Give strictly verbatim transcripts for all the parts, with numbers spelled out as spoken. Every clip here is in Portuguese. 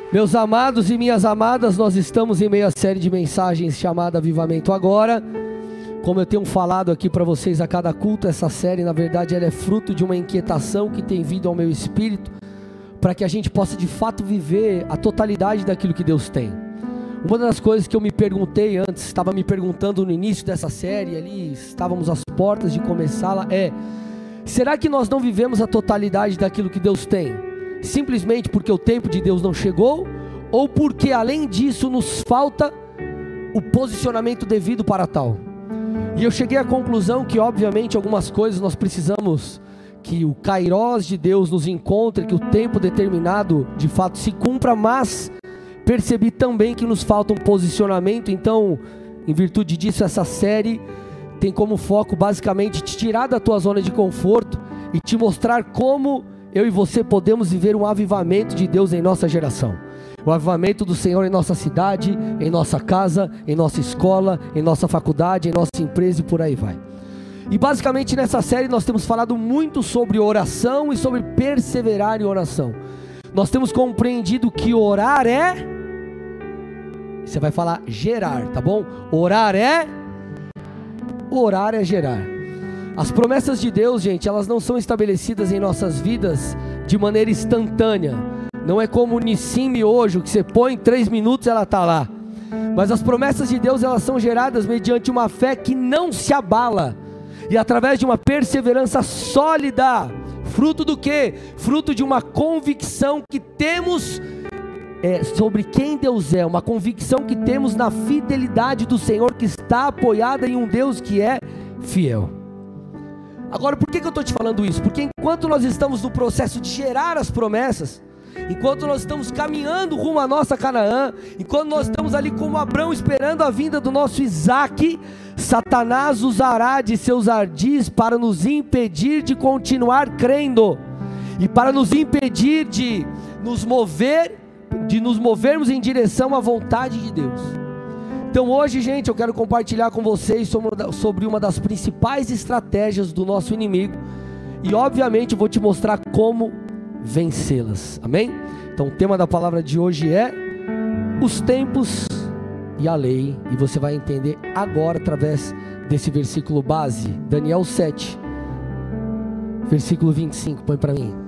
Meus amados e minhas amadas, nós estamos em meio à série de mensagens chamada Avivamento Agora. Como eu tenho falado aqui para vocês a cada culto, essa série na verdade ela é fruto de uma inquietação que tem vindo ao meu espírito, para que a gente possa de fato viver a totalidade daquilo que Deus tem. Uma das coisas que eu me perguntei antes, estava me perguntando no início dessa série ali, estávamos às portas de começá-la, é: será que nós não vivemos a totalidade daquilo que Deus tem? Simplesmente porque o tempo de Deus não chegou, ou porque além disso nos falta o posicionamento devido para tal? E eu cheguei à conclusão que obviamente algumas coisas nós precisamos que o Kairós de Deus nos encontre, que o tempo determinado de fato se cumpra, mas percebi também que nos falta um posicionamento. Então, em virtude disso, essa série tem como foco basicamente te tirar da tua zona de conforto e te mostrar como eu e você podemos viver um avivamento de Deus em nossa geração. O avivamento do Senhor em nossa cidade, em nossa casa, em nossa escola, em nossa faculdade, em nossa empresa e por aí vai. E basicamente nessa série nós temos falado muito sobre oração e sobre perseverar em oração. Nós temos compreendido que orar é... Você vai falar gerar, tá bom? Orar é... Orar é gerar. As promessas de Deus, gente, elas não são estabelecidas em nossas vidas de maneira instantânea. Não é como o Nissim Miojo, que você põe em três minutos ela está lá. Mas as promessas de Deus, elas são geradas mediante uma fé que não se abala. E através de uma perseverança sólida. Fruto do quê? Fruto de uma convicção que temos é, sobre quem Deus é. Uma convicção que temos na fidelidade do Senhor, que está apoiada em um Deus que é fiel. Agora, por que, que eu estou te falando isso? Porque enquanto nós estamos no processo de gerar as promessas, enquanto nós estamos caminhando rumo à nossa Canaã, enquanto nós estamos ali como Abraão esperando a vinda do nosso Isaac, Satanás usará de seus ardis para nos impedir de continuar crendo, e para nos impedir de nos mover, de nos movermos em direção à vontade de Deus. Então hoje, gente, eu quero compartilhar com vocês sobre uma das principais estratégias do nosso inimigo, e obviamente eu vou te mostrar como vencê-las, amém? Então o tema da palavra de hoje é os tempos e a lei, e você vai entender agora através desse versículo base, Daniel sete, versículo vinte e cinco, põe para mim.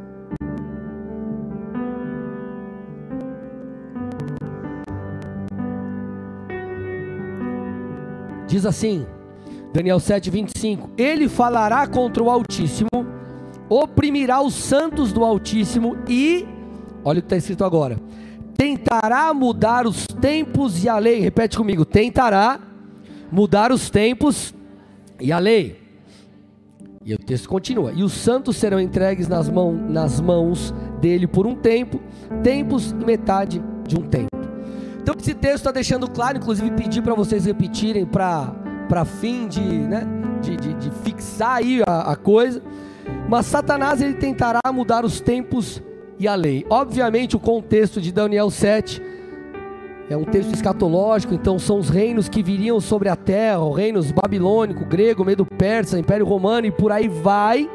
Diz assim, Daniel sete, vinte e cinco: ele falará contra o Altíssimo, oprimirá os santos do Altíssimo e, olha o que está escrito agora, tentará mudar os tempos e a lei. Repete comigo: tentará mudar os tempos e a lei. E o texto continua: e os santos serão entregues nas, mão, nas mãos dele por um tempo, tempos e metade de um tempo. Então esse texto está deixando claro, inclusive pedi para vocês repetirem para fim de, né, de, de, de fixar aí a, a coisa. Mas Satanás ele tentará mudar os tempos e a lei. Obviamente o contexto de Daniel sete é um texto escatológico, então são os reinos que viriam sobre a terra, os reinos babilônico, grego, medo-persa, império romano e por aí vai.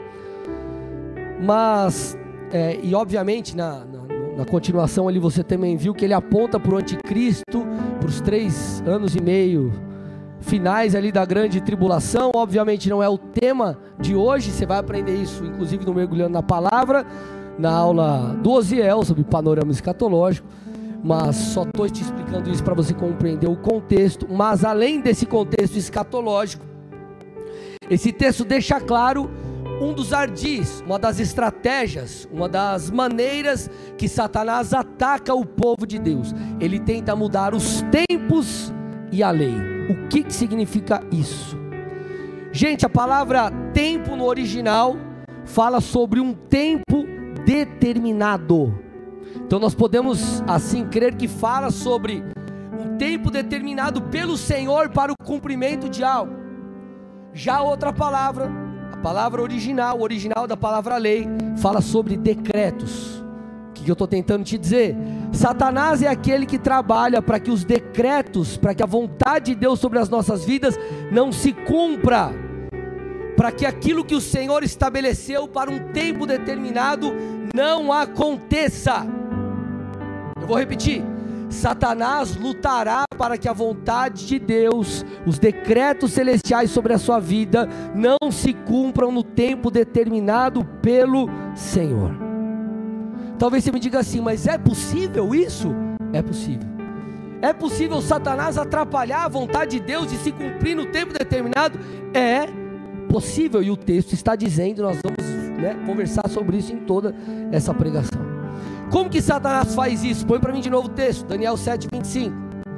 Mas, é, e obviamente na, na, na continuação ali você também viu que ele aponta para o anticristo, para os três anos e meio finais ali da grande tribulação. Obviamente não é o tema de hoje, você vai aprender isso inclusive no Mergulhando na Palavra, na aula do Oziel, sobre panorama escatológico, mas só estou te explicando isso para você compreender o contexto. Mas além desse contexto escatológico, esse texto deixa claro um dos ardis, uma das estratégias, uma das maneiras que Satanás ataca o povo de Deus. Ele tenta mudar os tempos e a lei. O que, que significa isso? Gente, a palavra tempo no original fala sobre um tempo determinado. Então nós podemos assim crer que fala sobre um tempo determinado pelo Senhor para o cumprimento de algo. Já outra palavra, a palavra original, o original da palavra lei, fala sobre decretos. O que eu estou tentando te dizer? Satanás é aquele que trabalha para que os decretos, para que a vontade de Deus sobre as nossas vidas não se cumpra, para que aquilo que o Senhor estabeleceu para um tempo determinado não aconteça. Eu vou repetir. Satanás lutará para que a vontade de Deus, os decretos celestiais sobre a sua vida, não se cumpram no tempo determinado pelo Senhor. Talvez você me diga assim, mas é possível isso? É possível. É possível Satanás atrapalhar a vontade de Deus de se cumprir no tempo determinado? É possível, e o texto está dizendo, nós vamos, né, conversar sobre isso em toda essa pregação. Como que Satanás faz isso? Põe para mim de novo o texto, Daniel sete, vinte e cinco.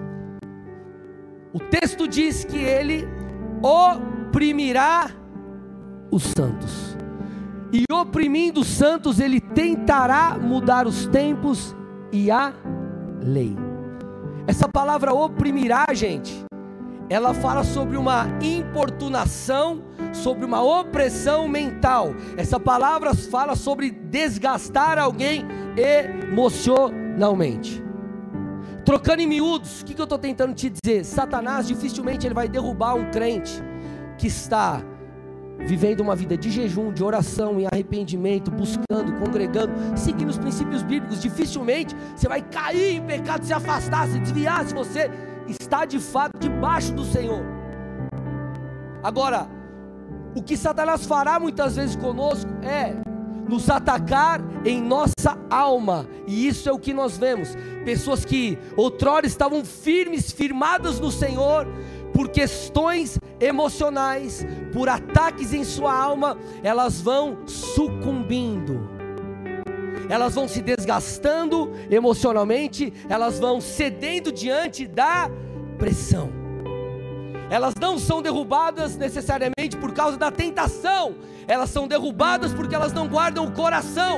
O texto diz que ele oprimirá os santos, e oprimindo os santos, ele tentará mudar os tempos e a lei. Essa palavra oprimirá, gente, ela fala sobre uma importunação, sobre uma opressão mental. Essa palavra fala sobre desgastar alguém emocionalmente. Trocando em miúdos, o que, que eu estou tentando te dizer? Satanás dificilmente ele vai derrubar um crente que está vivendo uma vida de jejum, de oração, em arrependimento, buscando, congregando, seguindo os princípios bíblicos. Dificilmente você vai cair em pecado, se afastar, se desviar, se você está de fato debaixo do Senhor. Agora, o que Satanás fará muitas vezes conosco é nos atacar em nossa alma, e isso é o que nós vemos. Pessoas que outrora estavam firmes, firmadas no Senhor, por questões emocionais, por ataques em sua alma, elas vão sucumbindo, elas vão se desgastando emocionalmente, elas vão cedendo diante da pressão. Elas não são derrubadas necessariamente por causa da tentação, elas são derrubadas porque elas não guardam o coração.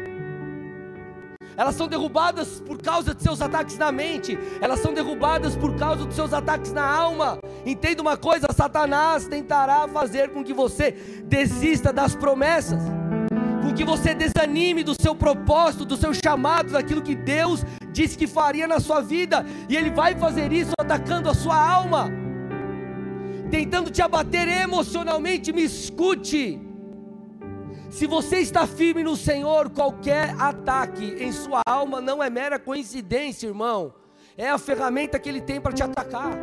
Elas são derrubadas por causa de seus ataques na mente, elas são derrubadas por causa dos seus ataques na alma. Entenda uma coisa, Satanás tentará fazer com que você desista das promessas, com que você desanime do seu propósito, do seu chamado, daquilo que Deus disse que faria na sua vida, e Ele vai fazer isso atacando a sua alma, tentando te abater emocionalmente. Me escute, se você está firme no Senhor, qualquer ataque em sua alma não é mera coincidência, irmão, é a ferramenta que Ele tem para te atacar.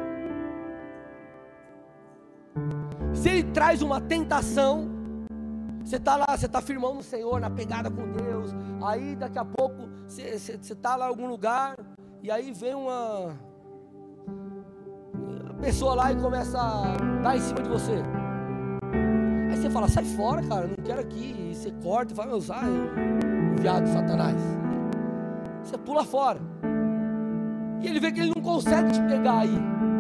Se Ele traz uma tentação, você está lá, você está firmão no Senhor, na pegada com Deus, aí daqui a pouco você está lá em algum lugar, e aí vem uma, uma pessoa lá e começa a dar em cima de você. Aí você fala, sai fora, cara, não quero aqui. E você corta e fala, meu, sai, viado, Satanás. Você pula fora, e ele vê que ele não consegue te pegar aí,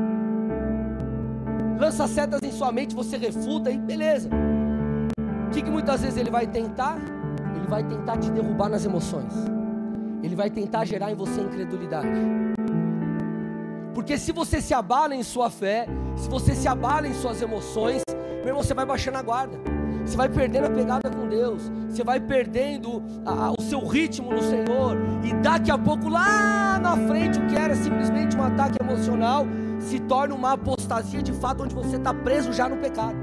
lança setas em sua mente, você refuta e beleza. O que, que muitas vezes ele vai tentar? Ele vai tentar te derrubar nas emoções, ele vai tentar gerar em você incredulidade. Porque se você se abala em sua fé, se você se abala em suas emoções, meu irmão, você vai baixando a guarda, você vai perdendo a pegada com Deus, você vai perdendo a, o seu ritmo no Senhor, e daqui a pouco lá na frente o que era simplesmente um ataque emocional se torna uma apostasia de fato, onde você está preso já no pecado.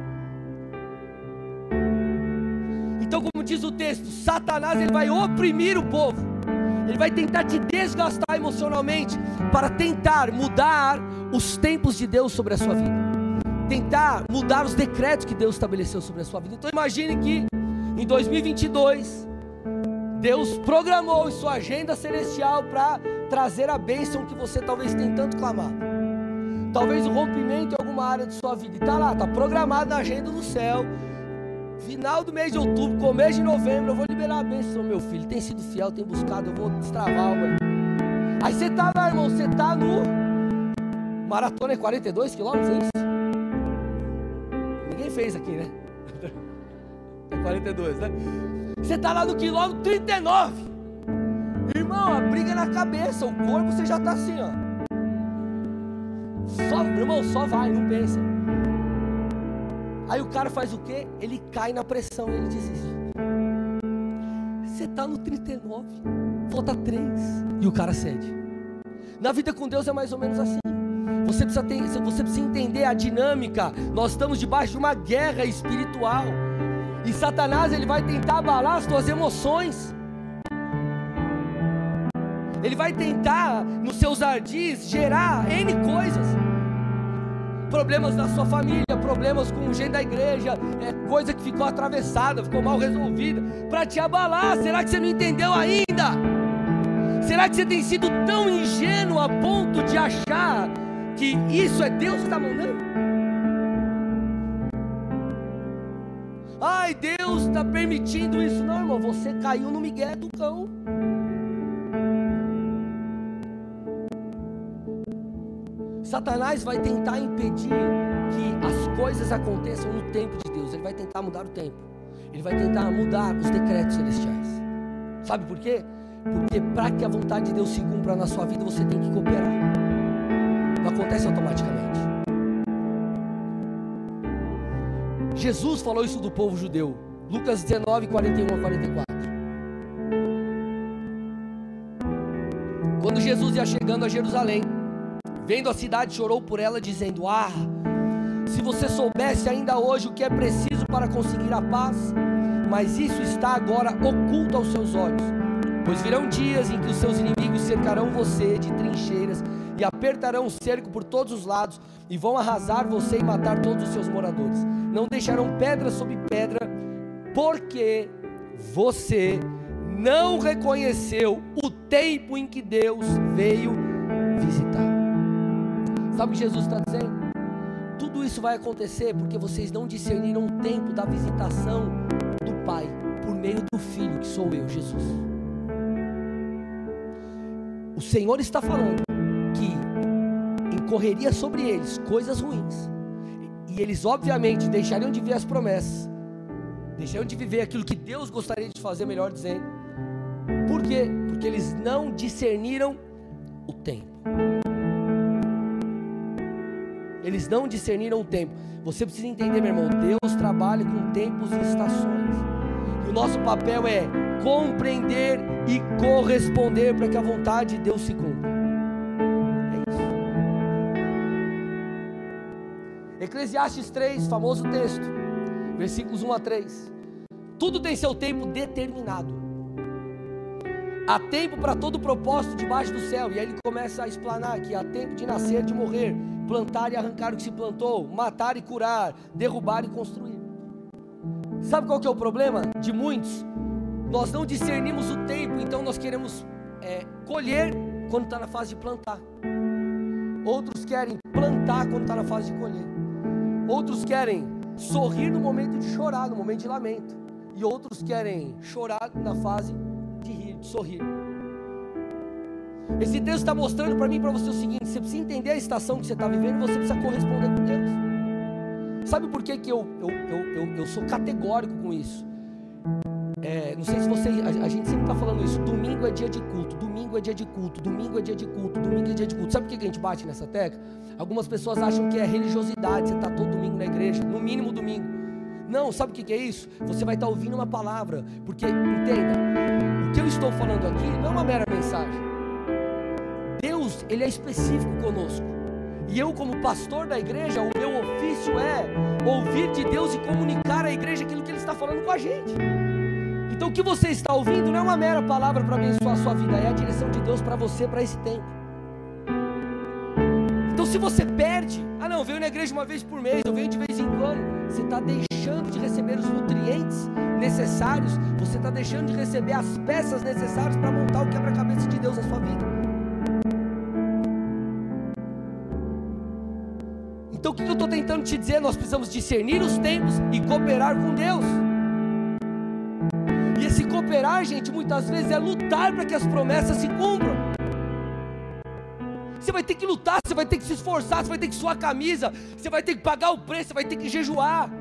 Então, como diz o texto, Satanás ele vai oprimir o povo, ele vai tentar te desgastar emocionalmente, para tentar mudar os tempos de Deus sobre a sua vida, tentar mudar os decretos que Deus estabeleceu sobre a sua vida. Então imagine que em dois mil e vinte e dois, Deus programou em sua agenda celestial para trazer a bênção que você talvez tenha tanto clamado, talvez o rompimento em alguma área de sua vida, e está lá, está programado na agenda do céu. Final do mês de outubro, começo de novembro, eu vou liberar a bênção, meu filho, tem sido fiel, tem buscado, eu vou destravar algo aí. Aí você está lá, irmão, você está no maratona, é quarenta e dois quilômetros, é isso? Ninguém fez aqui, né? É quarenta e dois, né? Você está lá no quilômetro trinta e nove, irmão, a briga é na cabeça, o corpo você já está assim, ó. Só, irmão, só vai, não pensa. Aí o cara faz o quê? Ele cai na pressão, ele desiste. Você está no trinta e nove, falta três, e o cara cede. Na vida com Deus é mais ou menos assim. Você precisa, ter, você precisa entender a dinâmica. Nós estamos debaixo de uma guerra espiritual, e Satanás ele vai tentar abalar as tuas emoções. Ele vai tentar, nos seus ardis, gerar N coisas. Problemas na sua família, problemas com o jeito da igreja, é, coisa que ficou atravessada, ficou mal resolvida, para te abalar. Será que você não entendeu ainda? Será que você tem sido tão ingênuo a ponto de achar que isso é Deus que está mandando? Ai, Deus está permitindo isso. Não, irmão, você caiu no migué do cão. Satanás vai tentar impedir que as coisas aconteçam no tempo de Deus. Ele vai tentar mudar o tempo. Ele vai tentar mudar os decretos celestiais. Sabe por quê? Porque para que a vontade de Deus se cumpra na sua vida, você tem que cooperar. Não acontece automaticamente. Jesus falou isso do povo judeu. Lucas dezenove, quarenta e um a quarenta e quatro. Quando Jesus ia chegando a Jerusalém, vendo a cidade, chorou por ela, dizendo: ah, se você soubesse ainda hoje o que é preciso para conseguir a paz, mas isso está agora oculto aos seus olhos. Pois virão dias em que os seus inimigos cercarão você de trincheiras e apertarão o cerco por todos os lados e vão arrasar você e matar todos os seus moradores. Não deixarão pedra sobre pedra, porque você não reconheceu o tempo em que Deus veio visitar. Sabe o que Jesus está dizendo? Tudo isso vai acontecer porque vocês não discerniram o tempo da visitação do Pai por meio do Filho, que sou eu, Jesus. O Senhor está falando que incorreria sobre eles coisas ruins, e eles obviamente deixariam de ver as promessas, deixariam de viver aquilo que Deus gostaria de fazer, melhor dizendo. Por quê? Porque eles não discerniram o tempo. Eles não discerniram o tempo. Você precisa entender, meu irmão, Deus trabalha com tempos e estações, e o nosso papel é compreender e corresponder para que a vontade de Deus se cumpra. É isso. Eclesiastes três, famoso texto, versículos um a três. Tudo tem seu tempo determinado. Há tempo para todo propósito debaixo do céu. E aí ele começa a explanar que há tempo de nascer, de morrer, plantar e arrancar o que se plantou, matar e curar, derrubar e construir. Sabe qual que é o problema de muitos? Nós não discernimos o tempo, então nós queremos é, colher quando está na fase de plantar. Outros querem plantar quando está na fase de colher. Outros querem sorrir no momento de chorar, no momento de lamento. E outros querem chorar na fase de rir, de sorrir. Esse texto está mostrando para mim e para você o seguinte: você precisa entender a estação que você está vivendo e você precisa corresponder com Deus. Sabe por que, que eu, eu, eu, eu, eu sou categórico com isso? É, não sei se você, a, a gente sempre está falando isso, domingo é dia de culto, domingo é dia de culto, domingo é dia de culto, domingo é dia de culto. Sabe por que, que a gente bate nessa tecla? Algumas pessoas acham que é religiosidade, você está todo domingo na igreja, no mínimo domingo. Não, sabe o que, que é isso? Você vai estar tá ouvindo uma palavra, porque, entenda, o que eu estou falando aqui não é uma mera mensagem. Deus, Ele é específico conosco, e eu como pastor da igreja, o meu ofício é ouvir de Deus e comunicar à igreja aquilo que Ele está falando com a gente. Então o que você está ouvindo não é uma mera palavra para abençoar a sua vida, é a direção de Deus para você, para esse tempo. Então se você perde, ah não, eu venho na igreja uma vez por mês, eu venho de vez em quando, você está deixando de receber os nutrientes necessários, você está deixando de receber as peças necessárias para montar o quebra-cabeça de Deus na sua vida. Então o que eu estou tentando te dizer? Nós precisamos discernir os tempos e cooperar com Deus. E esse cooperar, gente, muitas vezes é lutar para que as promessas se cumpram. Você vai ter que lutar, você vai ter que se esforçar, você vai ter que suar a camisa, você vai ter que pagar o preço, você vai ter que jejuar.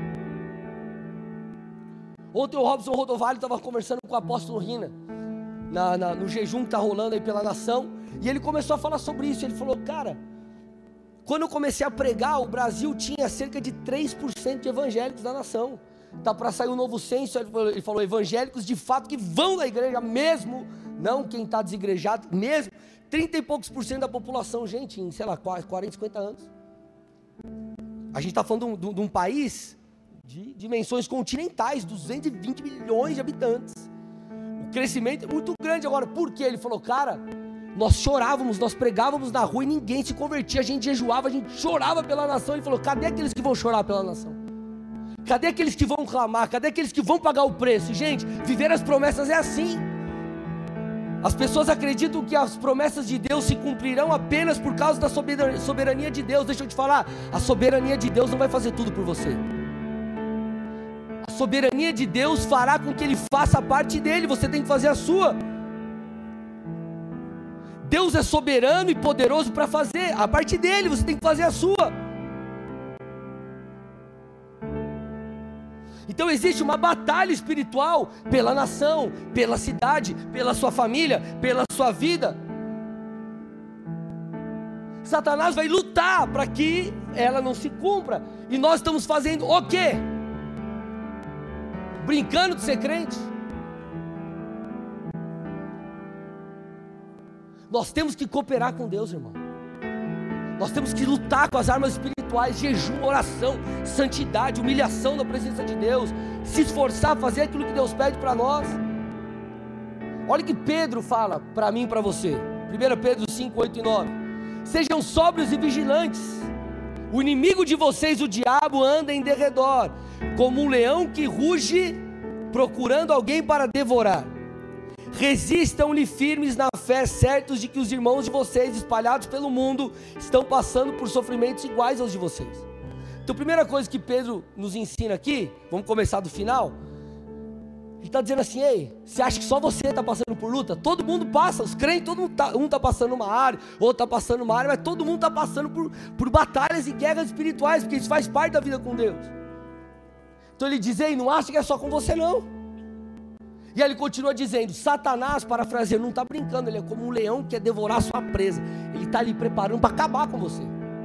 Ontem o Robson Rodovalho estava conversando com o apóstolo Rina, na, na, no jejum que está rolando aí pela nação, e ele começou a falar sobre isso. Ele falou: cara, quando eu comecei a pregar, o Brasil tinha cerca de três por cento de evangélicos da nação. Está para sair um novo censo. Ele falou: evangélicos de fato que vão da igreja mesmo, não quem está desigrejado mesmo. trinta e poucos por cento da população, gente, em sei lá, quarenta, cinquenta anos. A gente está falando de um, de um país de dimensões continentais, duzentos e vinte milhões de habitantes. O crescimento é muito grande. Agora, por quê? Ele falou, cara, nós chorávamos, nós pregávamos na rua e ninguém se convertia, a gente jejuava, a gente chorava pela nação. Ele falou, cadê aqueles que vão chorar pela nação? Cadê aqueles que vão clamar? Cadê aqueles que vão pagar o preço? Gente, viver as promessas é assim. As pessoas acreditam que as promessas de Deus se cumprirão apenas por causa da soberania de Deus. Deixa eu te falar, a soberania de Deus não vai fazer tudo por você. A soberania de Deus fará com que Ele faça a parte dele, você tem que fazer a sua. Deus é soberano e poderoso para fazer a parte dele, você tem que fazer a sua. Então existe uma batalha espiritual pela nação, pela cidade, pela sua família, pela sua vida. Satanás vai lutar para que ela não se cumpra. E nós estamos fazendo o quê? Brincando de ser crente? Nós temos que cooperar com Deus, irmão. Nós temos que lutar com as armas espirituais, jejum, oração, santidade, humilhação na presença de Deus, se esforçar, fazer aquilo que Deus pede para nós. Olha o que Pedro fala para mim e para você, primeira Pedro cinco, oito e nove. Sejam sóbrios e vigilantes, o inimigo de vocês, o diabo, anda em derredor, como um leão que ruge, procurando alguém para devorar. Resistam-lhe firmes na fé, certos de que os irmãos de vocês, espalhados pelo mundo, estão passando por sofrimentos iguais aos de vocês. Então, a primeira coisa que Pedro nos ensina aqui, vamos começar do final. Ele está dizendo assim, ei, você acha que só você está passando por luta? Todo mundo passa, os crentes, todo mundo tá, um está passando uma área, outro está passando uma área, mas todo mundo está passando por, por batalhas e guerras espirituais, porque isso faz parte da vida com Deus. Então ele diz, ei, não acha que é só com você não. E aí ele continua dizendo, Satanás, parafraseando, não está brincando, ele é como um leão que quer devorar a sua presa, ele está ali preparando para acabar com você.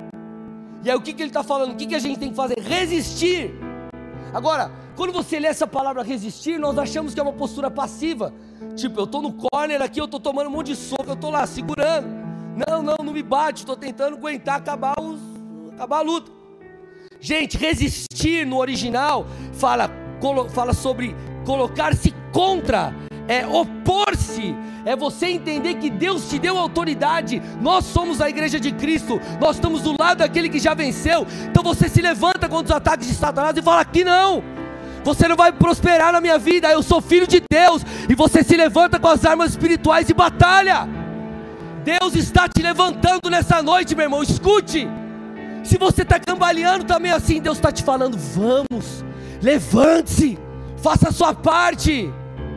E aí o que, que ele está falando? O que, que a gente tem que fazer? Resistir. Agora, quando você lê essa palavra resistir, nós achamos que é uma postura passiva, tipo, eu estou no corner aqui, eu estou tomando um monte de soco, eu estou lá segurando, não, não, não me bate, estou tentando aguentar acabar, os, acabar a luta. Gente, resistir no original fala, fala sobre colocar-se contra, é opor-se, é você entender que Deus te deu autoridade. Nós somos a igreja de Cristo, nós estamos do lado daquele que já venceu. Então você se levanta contra os ataques de Satanás e fala, aqui não, você não vai prosperar na minha vida, eu sou filho de Deus. E você se levanta com as armas espirituais e batalha. Deus está te levantando nessa noite, meu irmão, escute. Se você está cambaleando também assim, Deus está te falando, vamos, levante-se, faça a sua parte.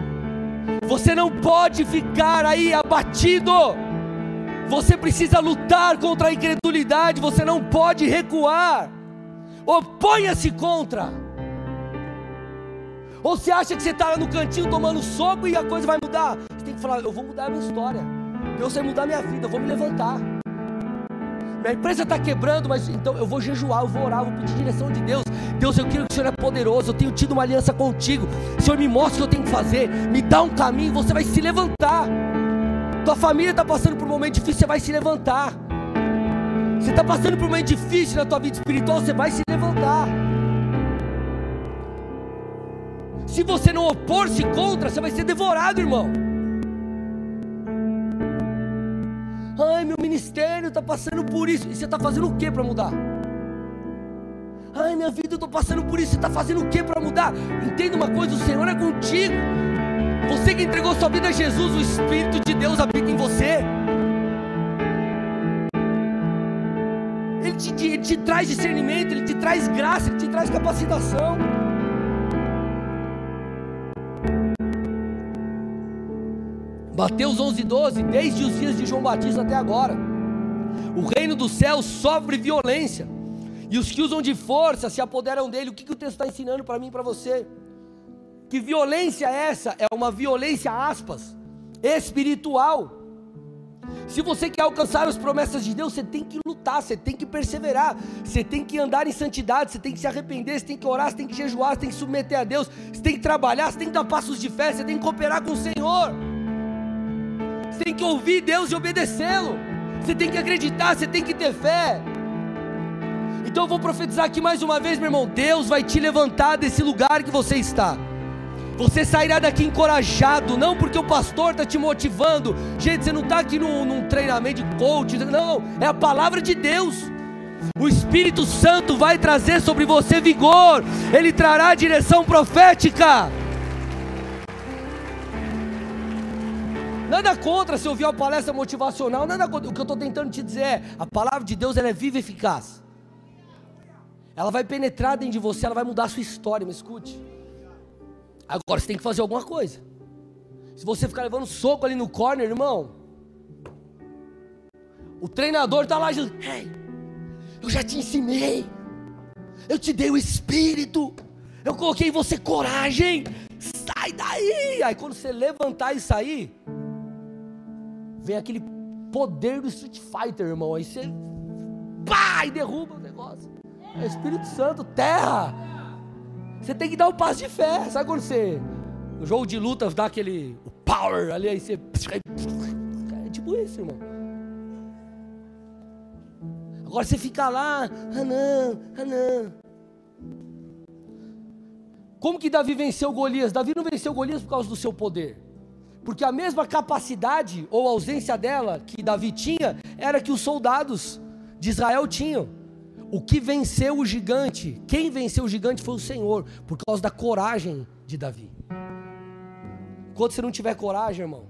Você não pode ficar aí abatido. Você precisa lutar contra a incredulidade. Você não pode recuar. Oponha-se contra. Ou você acha que você está lá no cantinho tomando soco e a coisa vai mudar? Você tem que falar, eu vou mudar a minha história, Deus vai mudar a minha vida, eu vou me levantar. Minha empresa está quebrando, mas então eu vou jejuar, eu vou orar, eu vou pedir direção de Deus. Deus, eu quero que o Senhor é poderoso, eu tenho tido uma aliança contigo. Senhor, me mostra o que eu tenho que fazer, me dá um caminho, você vai se levantar. Tua família está passando por um momento difícil, você vai se levantar. Você está passando por um momento difícil na tua vida espiritual, você vai se levantar. Se você não opor-se contra, você vai ser devorado, irmão. Ai, meu ministério está passando por isso. E você está fazendo o que para mudar? Ai, minha vida, eu estou passando por isso. Você está fazendo o que para mudar? Entenda uma coisa, o Senhor é contigo. Você que entregou sua vida a Jesus, o Espírito de Deus habita em você. Ele te, te, ele te traz discernimento, Ele te traz graça, Ele te traz capacitação. Mateus onze, doze, desde os dias de João Batista até agora, o reino dos céus sofre violência, e os que usam de força se apoderam dele. O que, que o texto está ensinando para mim e para você? Que violência é essa? É uma violência, aspas, espiritual. Se você quer alcançar as promessas de Deus, você tem que lutar, você tem que perseverar, você tem que andar em santidade, você tem que se arrepender, você tem que orar, você tem que jejuar, você tem que submeter a Deus, você tem que trabalhar, você tem que dar passos de fé, você tem que cooperar com o Senhor. Você tem que ouvir Deus e obedecê-lo. Você tem que acreditar, você tem que ter fé. Então eu vou profetizar aqui mais uma vez, meu irmão. Deus vai te levantar desse lugar que você está. Você sairá daqui encorajado, não porque o pastor está te motivando. Gente, você não está aqui num, num treinamento de coach, não, é a palavra de Deus. O Espírito Santo vai trazer sobre você vigor, Ele trará direção profética. Nada contra se ouvir uma palestra motivacional, nada contra. O que eu estou tentando te dizer é, a palavra de Deus, ela é viva e eficaz. Ela vai penetrar dentro de você, ela vai mudar a sua história, me escute. Agora você tem que fazer alguma coisa. Se você ficar levando soco ali no corner, irmão, o treinador está lá dizendo, hey, eu já te ensinei, eu te dei o Espírito, eu coloquei em você coragem, sai daí. Aí quando você levantar e sair, vem aquele poder do Street Fighter, irmão, aí você pá, e derruba o negócio. É Espírito Santo, terra. Você tem que dar um passo de fé. Sabe quando você, no jogo de luta, dá aquele o power ali, aí você, é tipo isso, irmão. Agora você fica lá, ah não, ah não. Como que Davi venceu Golias? Davi não venceu Golias por causa do seu poder, porque a mesma capacidade ou ausência dela que Davi tinha, era que os soldados de Israel tinham. O que venceu o gigante, quem venceu o gigante foi o Senhor, por causa da coragem de Davi. Enquanto você não tiver coragem, irmão,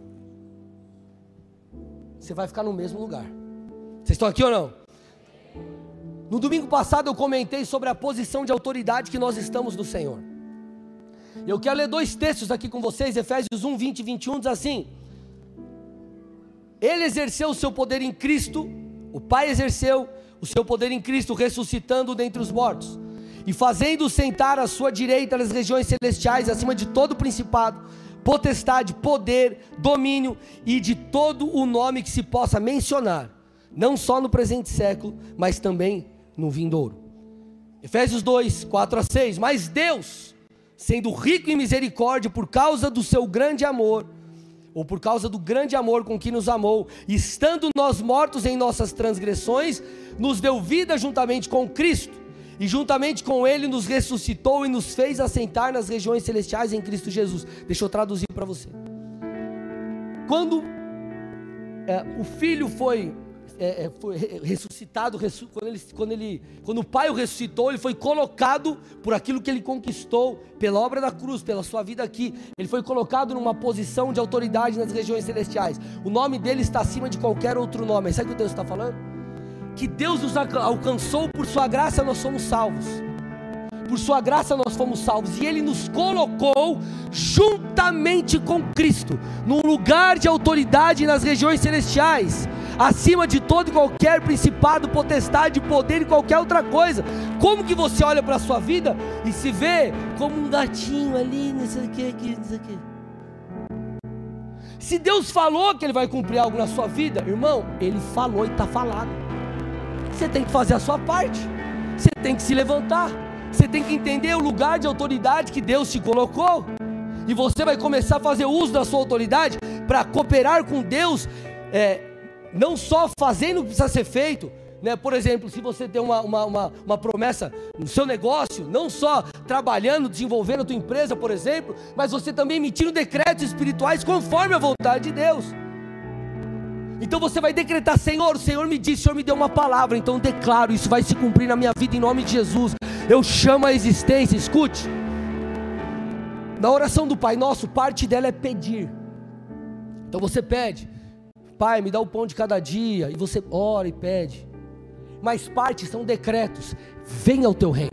você vai ficar no mesmo lugar. Vocês estão aqui ou não? No domingo passado eu comentei sobre a posição de autoridade que nós estamos no Senhor. Eu quero ler dois textos aqui com vocês. Efésios um, vinte e vinte e um diz assim: Ele exerceu o seu poder em Cristo, o Pai exerceu o seu poder em Cristo, ressuscitando dentre os mortos, e fazendo sentar à sua direita nas regiões celestiais, acima de todo principado, potestade, poder, domínio, e de todo o nome que se possa mencionar, não só no presente século, mas também no vindouro. Efésios dois, quatro a seis, mas Deus, sendo rico em misericórdia, por causa do seu grande amor, ou por causa do grande amor com que nos amou, estando nós mortos em nossas transgressões, nos deu vida juntamente com Cristo, e juntamente com Ele nos ressuscitou e nos fez assentar nas regiões celestiais em Cristo Jesus. Deixa eu traduzir para você. Quando é, o Filho foi, é, foi ressuscitado, ressu, quando, ele, quando, ele, quando o Pai o ressuscitou, ele foi colocado por aquilo que ele conquistou, pela obra da cruz, pela sua vida aqui. Ele foi colocado numa posição de autoridade nas regiões celestiais. O nome dele está acima de qualquer outro nome. Sabe o que Deus está falando? Que Deus nos alcançou, por sua graça nós somos salvos. Por sua graça nós fomos salvos, e Ele nos colocou juntamente com Cristo, num lugar de autoridade nas regiões celestiais, acima de todo e qualquer principado, potestade, poder e qualquer outra coisa. Como que você olha para a sua vida e se vê como um gatinho ali, não sei o que, aqui, não sei o que. Se Deus falou que Ele vai cumprir algo na sua vida, irmão, Ele falou e está falado. Você tem que fazer a sua parte, você tem que se levantar, você tem que entender o lugar de autoridade que Deus te colocou, e você vai começar a fazer uso da sua autoridade para cooperar com Deus, é, não só fazendo o que precisa ser feito, né? Por exemplo, se você tem uma, uma, uma, uma promessa no seu negócio, não só trabalhando, desenvolvendo a tua empresa, por exemplo, mas você também emitindo decretos espirituais conforme a vontade de Deus. Então você vai decretar: Senhor, o Senhor me disse, o Senhor me deu uma palavra, então eu declaro, isso vai se cumprir na minha vida em nome de Jesus. Eu chamo a existência. Escute, na oração do Pai Nosso, parte dela é pedir. Então você pede: Pai, me dá o pão de cada dia, e você ora e pede. Mas parte são decretos: venha o teu reino,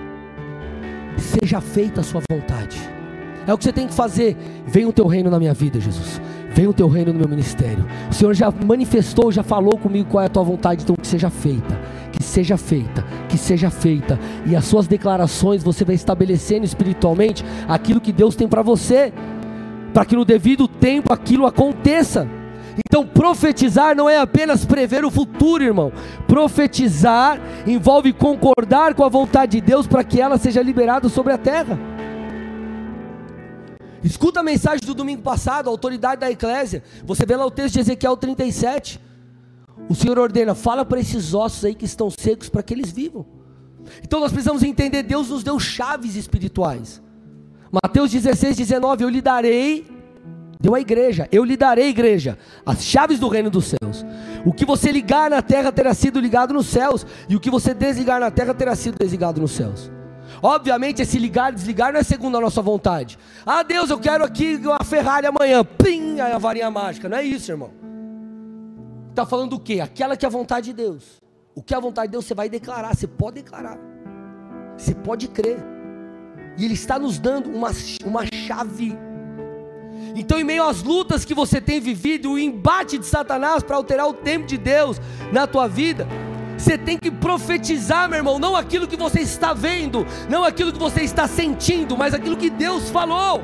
seja feita a sua vontade. É o que você tem que fazer. Venha o teu reino na minha vida, Jesus. Venha o teu reino no meu ministério. O Senhor já manifestou, já falou comigo qual é a tua vontade, então que seja feita, que seja feita, que seja feita. E as suas declarações, você vai estabelecendo espiritualmente aquilo que Deus tem para você, para que no devido tempo aquilo aconteça. Então profetizar não é apenas prever o futuro, irmão. Profetizar envolve concordar com a vontade de Deus para que ela seja liberada sobre a terra. Escuta a mensagem do domingo passado, a autoridade da eclésia. Você vê lá o texto de Ezequiel trinta e sete. O Senhor ordena: fala para esses ossos aí que estão secos, para que eles vivam. Então nós precisamos entender, Deus nos deu chaves espirituais. Mateus dezesseis, dezenove, eu lhe darei, deu a igreja, eu lhe darei, igreja, as chaves do reino dos céus. O que você ligar na terra terá sido ligado nos céus, e o que você desligar na terra terá sido desligado nos céus. Obviamente esse ligar e desligar não é segundo a nossa vontade. Ah, Deus, eu quero aqui uma Ferrari amanhã, pim, aí a varinha mágica. Não é isso, irmão. Está falando do quê? Aquela que é a vontade de Deus. O que é a vontade de Deus você vai declarar, você pode declarar, você pode crer. E Ele está nos dando uma, uma chave. Então, em meio às lutas que você tem vivido, o embate de Satanás para alterar o tempo de Deus na tua vida, você tem que profetizar, meu irmão, não aquilo que você está vendo, não aquilo que você está sentindo, mas aquilo que Deus falou.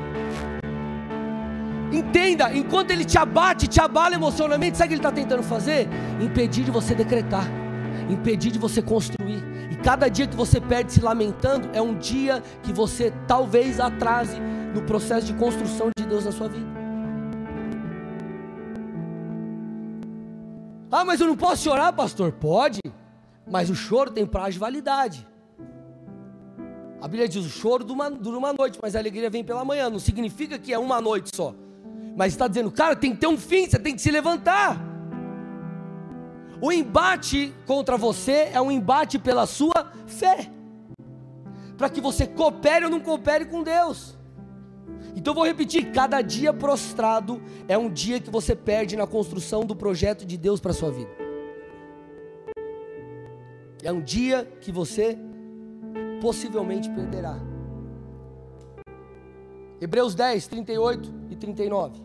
Entenda, enquanto Ele te abate, te abala emocionalmente, sabe o que Ele está tentando fazer? Impedir de você decretar, impedir de você construir. E cada dia que você perde se lamentando, é um dia que você talvez atrase no processo de construção de Deus na sua vida. Ah, mas eu não posso chorar, pastor? Pode, mas o choro tem prazo de validade. A Bíblia diz, o choro dura uma noite, mas a alegria vem pela manhã. Não significa que é uma noite só, mas está dizendo, cara, tem que ter um fim, você tem que se levantar. O embate contra você é um embate pela sua fé, para que você coopere ou não coopere com Deus. Então eu vou repetir, cada dia prostrado é um dia que você perde na construção do projeto de Deus para a sua vida. É um dia que você possivelmente perderá. Hebreus dez, trinta e oito e trinta e nove.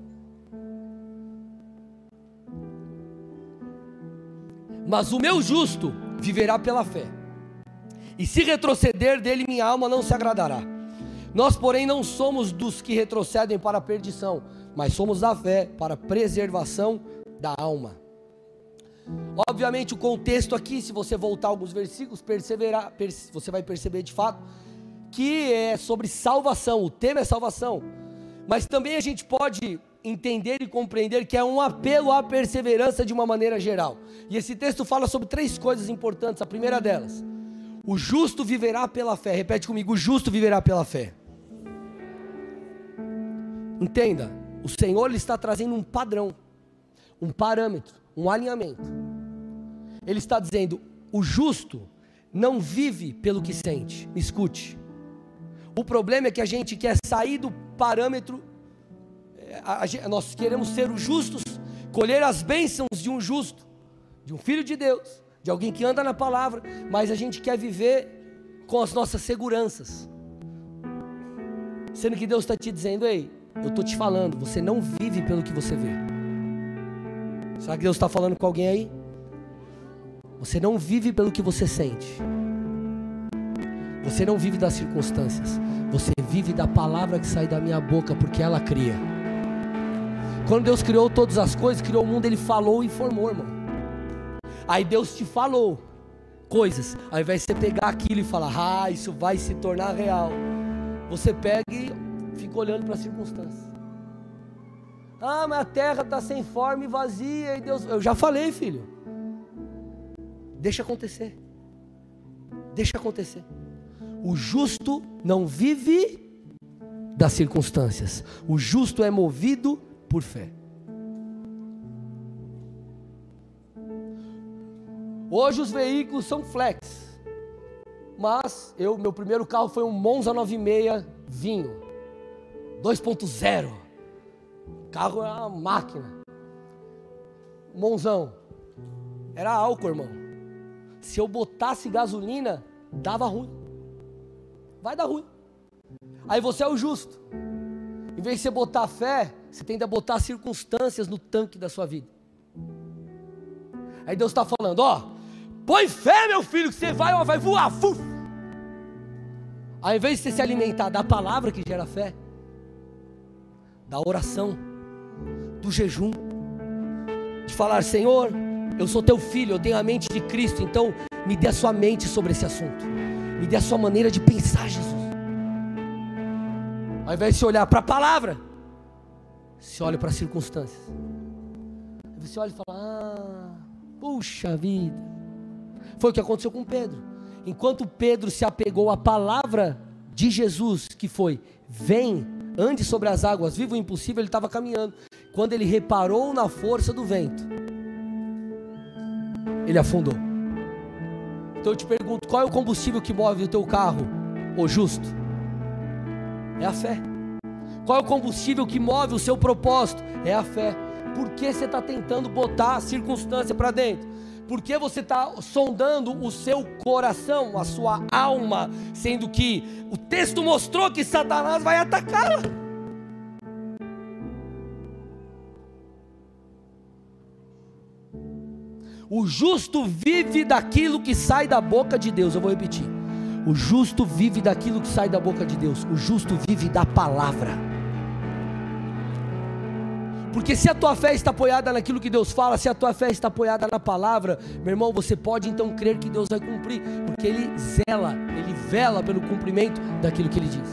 Mas o meu justo viverá pela fé, e se retroceder dele minha alma não se agradará. Nós porém não somos dos que retrocedem para a perdição, mas somos da fé para a preservação da alma. Obviamente o contexto aqui, se você voltar alguns versículos, perceberá, você vai perceber de fato que é sobre salvação, o tema é salvação, mas também a gente pode entender e compreender que é um apelo à perseverança de uma maneira geral. E esse texto fala sobre três coisas importantes. A primeira delas, o justo viverá pela fé. Repete comigo, o justo viverá pela fé. Entenda, o Senhor ele está trazendo um padrão, um parâmetro, um alinhamento. Ele está dizendo, o justo não vive pelo que sente. Me escute. O problema é que a gente quer sair do parâmetro. A, a, nós queremos ser os justos, colher as bênçãos de um justo, de um filho de Deus, de alguém que anda na palavra, mas a gente quer viver com as nossas seguranças, sendo que Deus está te dizendo, ei, eu estou te falando, você não vive pelo que você vê. Será que Deus está falando com alguém aí? Você não vive pelo que você sente, você não vive das circunstâncias, você vive da palavra que sai da minha boca, porque ela cria. Quando Deus criou todas as coisas, criou o mundo, Ele falou e formou, irmão. Aí Deus te falou coisas, ao invés de você pegar aquilo e falar, ah, isso vai se tornar real, você pega e fica olhando para as circunstâncias. Ah, mas a terra está sem forma e vazia, e Deus, eu já falei, filho, deixa acontecer, deixa acontecer. O justo não vive das circunstâncias, o justo é movido por fé. Hoje os veículos são flex, mas eu, meu primeiro carro foi um Monza nove seis vinho, dois ponto zero, o carro era uma máquina, Monzão, era álcool, irmão, se eu botasse gasolina, dava ruim, vai dar ruim. Aí você é o justo, em vez de você botar fé, você tenta botar circunstâncias no tanque da sua vida. Aí Deus está falando, ó, põe fé, meu filho, que você vai, ó, vai voar. Fuf. Ao invés de você se alimentar da palavra que gera fé, da oração, do jejum, de falar, Senhor, eu sou teu filho, eu tenho a mente de Cristo, então me dê a sua mente sobre esse assunto, me dê a sua maneira de pensar, Jesus. Ao invés de você olhar para a palavra, você olha para as circunstâncias. Você olha e fala, ah, puxa vida. Foi o que aconteceu com Pedro. Enquanto Pedro se apegou à palavra de Jesus, que foi, vem, ande sobre as águas, viva o impossível, ele estava caminhando. Quando ele reparou na força do vento, ele afundou. Então eu te pergunto, qual é o combustível que move o teu carro, ô justo? É a fé. Qual é o combustível que move o seu propósito? É a fé. Por que você está tentando botar a circunstância para dentro? Por que você está sondando o seu coração, a sua alma, sendo que o texto mostrou que Satanás vai atacá-la? O justo vive daquilo que sai da boca de Deus. Eu vou repetir. O justo vive daquilo que sai da boca de Deus. O justo vive da palavra. Porque se a tua fé está apoiada naquilo que Deus fala, se a tua fé está apoiada na palavra, meu irmão, você pode então crer que Deus vai cumprir, porque Ele zela, Ele vela pelo cumprimento daquilo que Ele diz.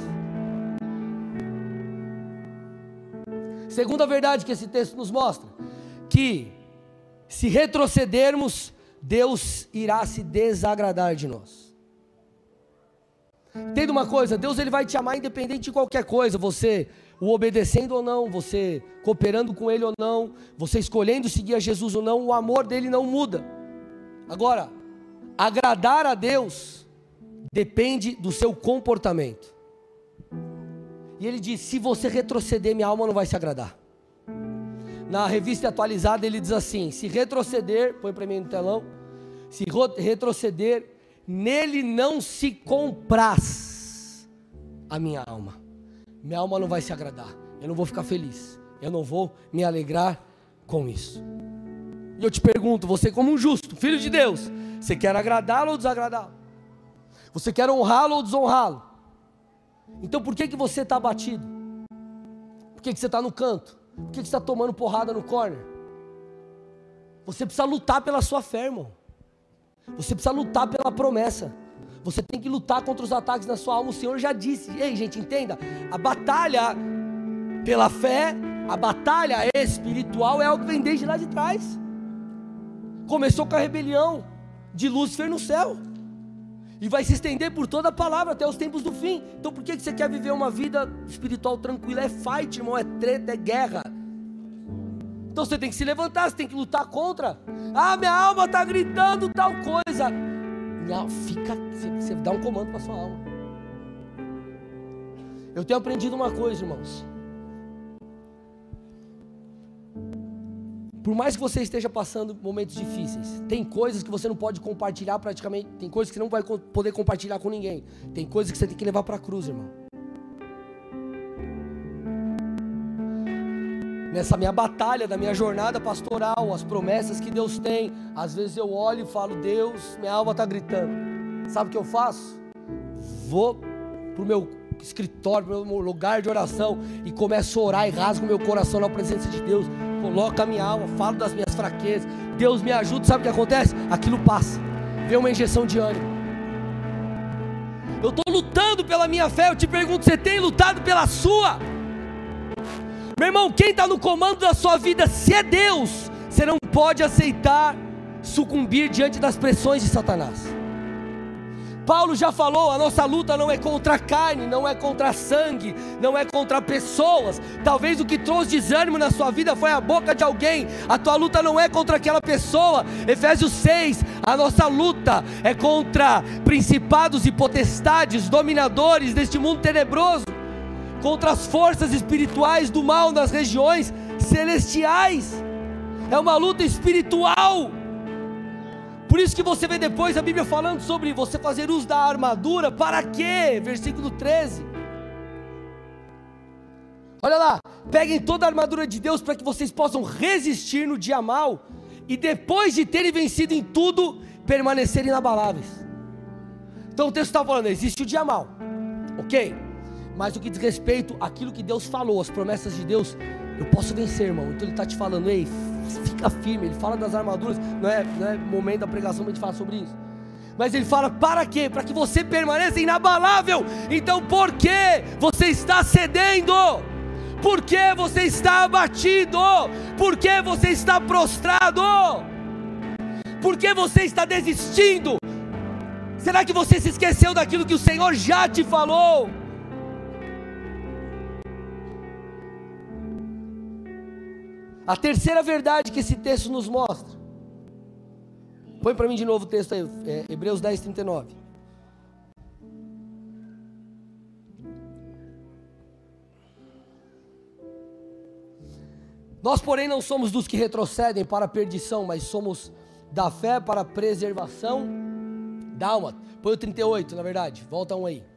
Segunda verdade que esse texto nos mostra, que se retrocedermos, Deus irá se desagradar de nós. Entenda uma coisa, Deus ele vai te amar independente de qualquer coisa, você o obedecendo ou não, você cooperando com Ele ou não, você escolhendo seguir a Jesus ou não, o amor dele não muda. Agora, agradar a Deus depende do seu comportamento. E ele diz, se você retroceder, minha alma não vai se agradar. Na revista atualizada ele diz assim, se retroceder, põe para mim no telão, se retroceder, nele não se compraz a minha alma. Minha alma não vai se agradar, eu não vou ficar feliz, eu não vou me alegrar com isso. E eu te pergunto, você como um justo, filho de Deus, você quer agradá-lo ou desagradá-lo? Você quer honrá-lo ou desonrá-lo? Então por que que você está abatido? Por que que você está no canto? Por que que você está tomando porrada no corner? Você precisa lutar pela sua fé, irmão. Você precisa lutar pela promessa. Você tem que lutar contra os ataques na sua alma. O Senhor já disse. Ei, gente, entenda. A batalha pela fé, a batalha espiritual é algo que vem desde lá de trás. Começou com a rebelião de Lúcifer no céu. E vai se estender por toda a palavra até os tempos do fim. Então por que que você quer viver uma vida espiritual tranquila? É fight, irmão, é treta, é guerra. Então você tem que se levantar, você tem que lutar contra. Ah, minha alma está gritando tal coisa. Fica, você dá um comando para sua alma. Eu tenho aprendido uma coisa, irmãos. Por mais que você esteja passando momentos difíceis, tem coisas que você não pode compartilhar praticamente, tem coisas que você não vai poder compartilhar com ninguém. Tem coisas que você tem que levar para a cruz, irmão. Nessa minha batalha, da minha jornada pastoral, as promessas que Deus tem, às vezes eu olho e falo, Deus, minha alma está gritando. Sabe o que eu faço? Vou para o meu escritório, para o meu lugar de oração e começo a orar e rasgo meu coração na presença de Deus. Coloco a minha alma, falo das minhas fraquezas, Deus me ajuda, sabe o que acontece? Aquilo passa, vem uma injeção de ânimo. Eu estou lutando pela minha fé, eu te pergunto, você tem lutado pela sua? Meu irmão, quem está no comando da sua vida, se é Deus, você não pode aceitar sucumbir diante das pressões de Satanás. Paulo já falou, a nossa luta não é contra a carne, não é contra sangue, não é contra pessoas. Talvez o que trouxe desânimo na sua vida foi a boca de alguém. A tua luta não é contra aquela pessoa. Efésios seis, a nossa luta é contra principados e potestades, dominadores deste mundo tenebroso, contra as forças espirituais do mal nas regiões celestiais. É uma luta espiritual. Por isso que você vê depois a Bíblia falando sobre você fazer uso da armadura. Para quê? Versículo treze. Olha lá, peguem toda a armadura de Deus para que vocês possam resistir no dia mau e depois de terem vencido em tudo, permanecerem inabaláveis. Então o texto está falando, existe o dia mau, ok? Mas o que diz respeito àquilo que Deus falou, as promessas de Deus, eu posso vencer, irmão. Então ele está te falando, ei, fica firme. Ele fala das armaduras, não é, não é momento da pregação para a gente falar sobre isso. Mas ele fala, para quê? Para que você permaneça inabalável. Então por que você está cedendo? Por que você está abatido? Por que você está prostrado? Por que você está desistindo? Será que você se esqueceu daquilo que o Senhor já te falou? A terceira verdade que esse texto nos mostra. Põe para mim de novo o texto aí, é, Hebreus dez, trinta e nove. Nós, porém, não somos dos que retrocedem para a perdição, mas somos da fé para a preservação da alma. Põe o trinta e oito, na verdade, volta um aí.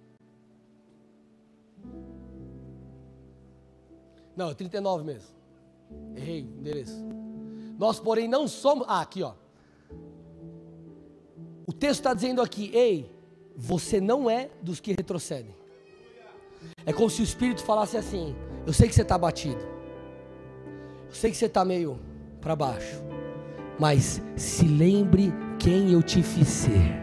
Não, é trinta e nove mesmo. Errei o endereço. Nós, porém, não somos... Ah, aqui, ó. O texto está dizendo aqui, ei, você não é dos que retrocedem. É como se o Espírito falasse assim, eu sei que você está abatido, eu sei que você está meio para baixo, mas se lembre quem eu te fiz ser.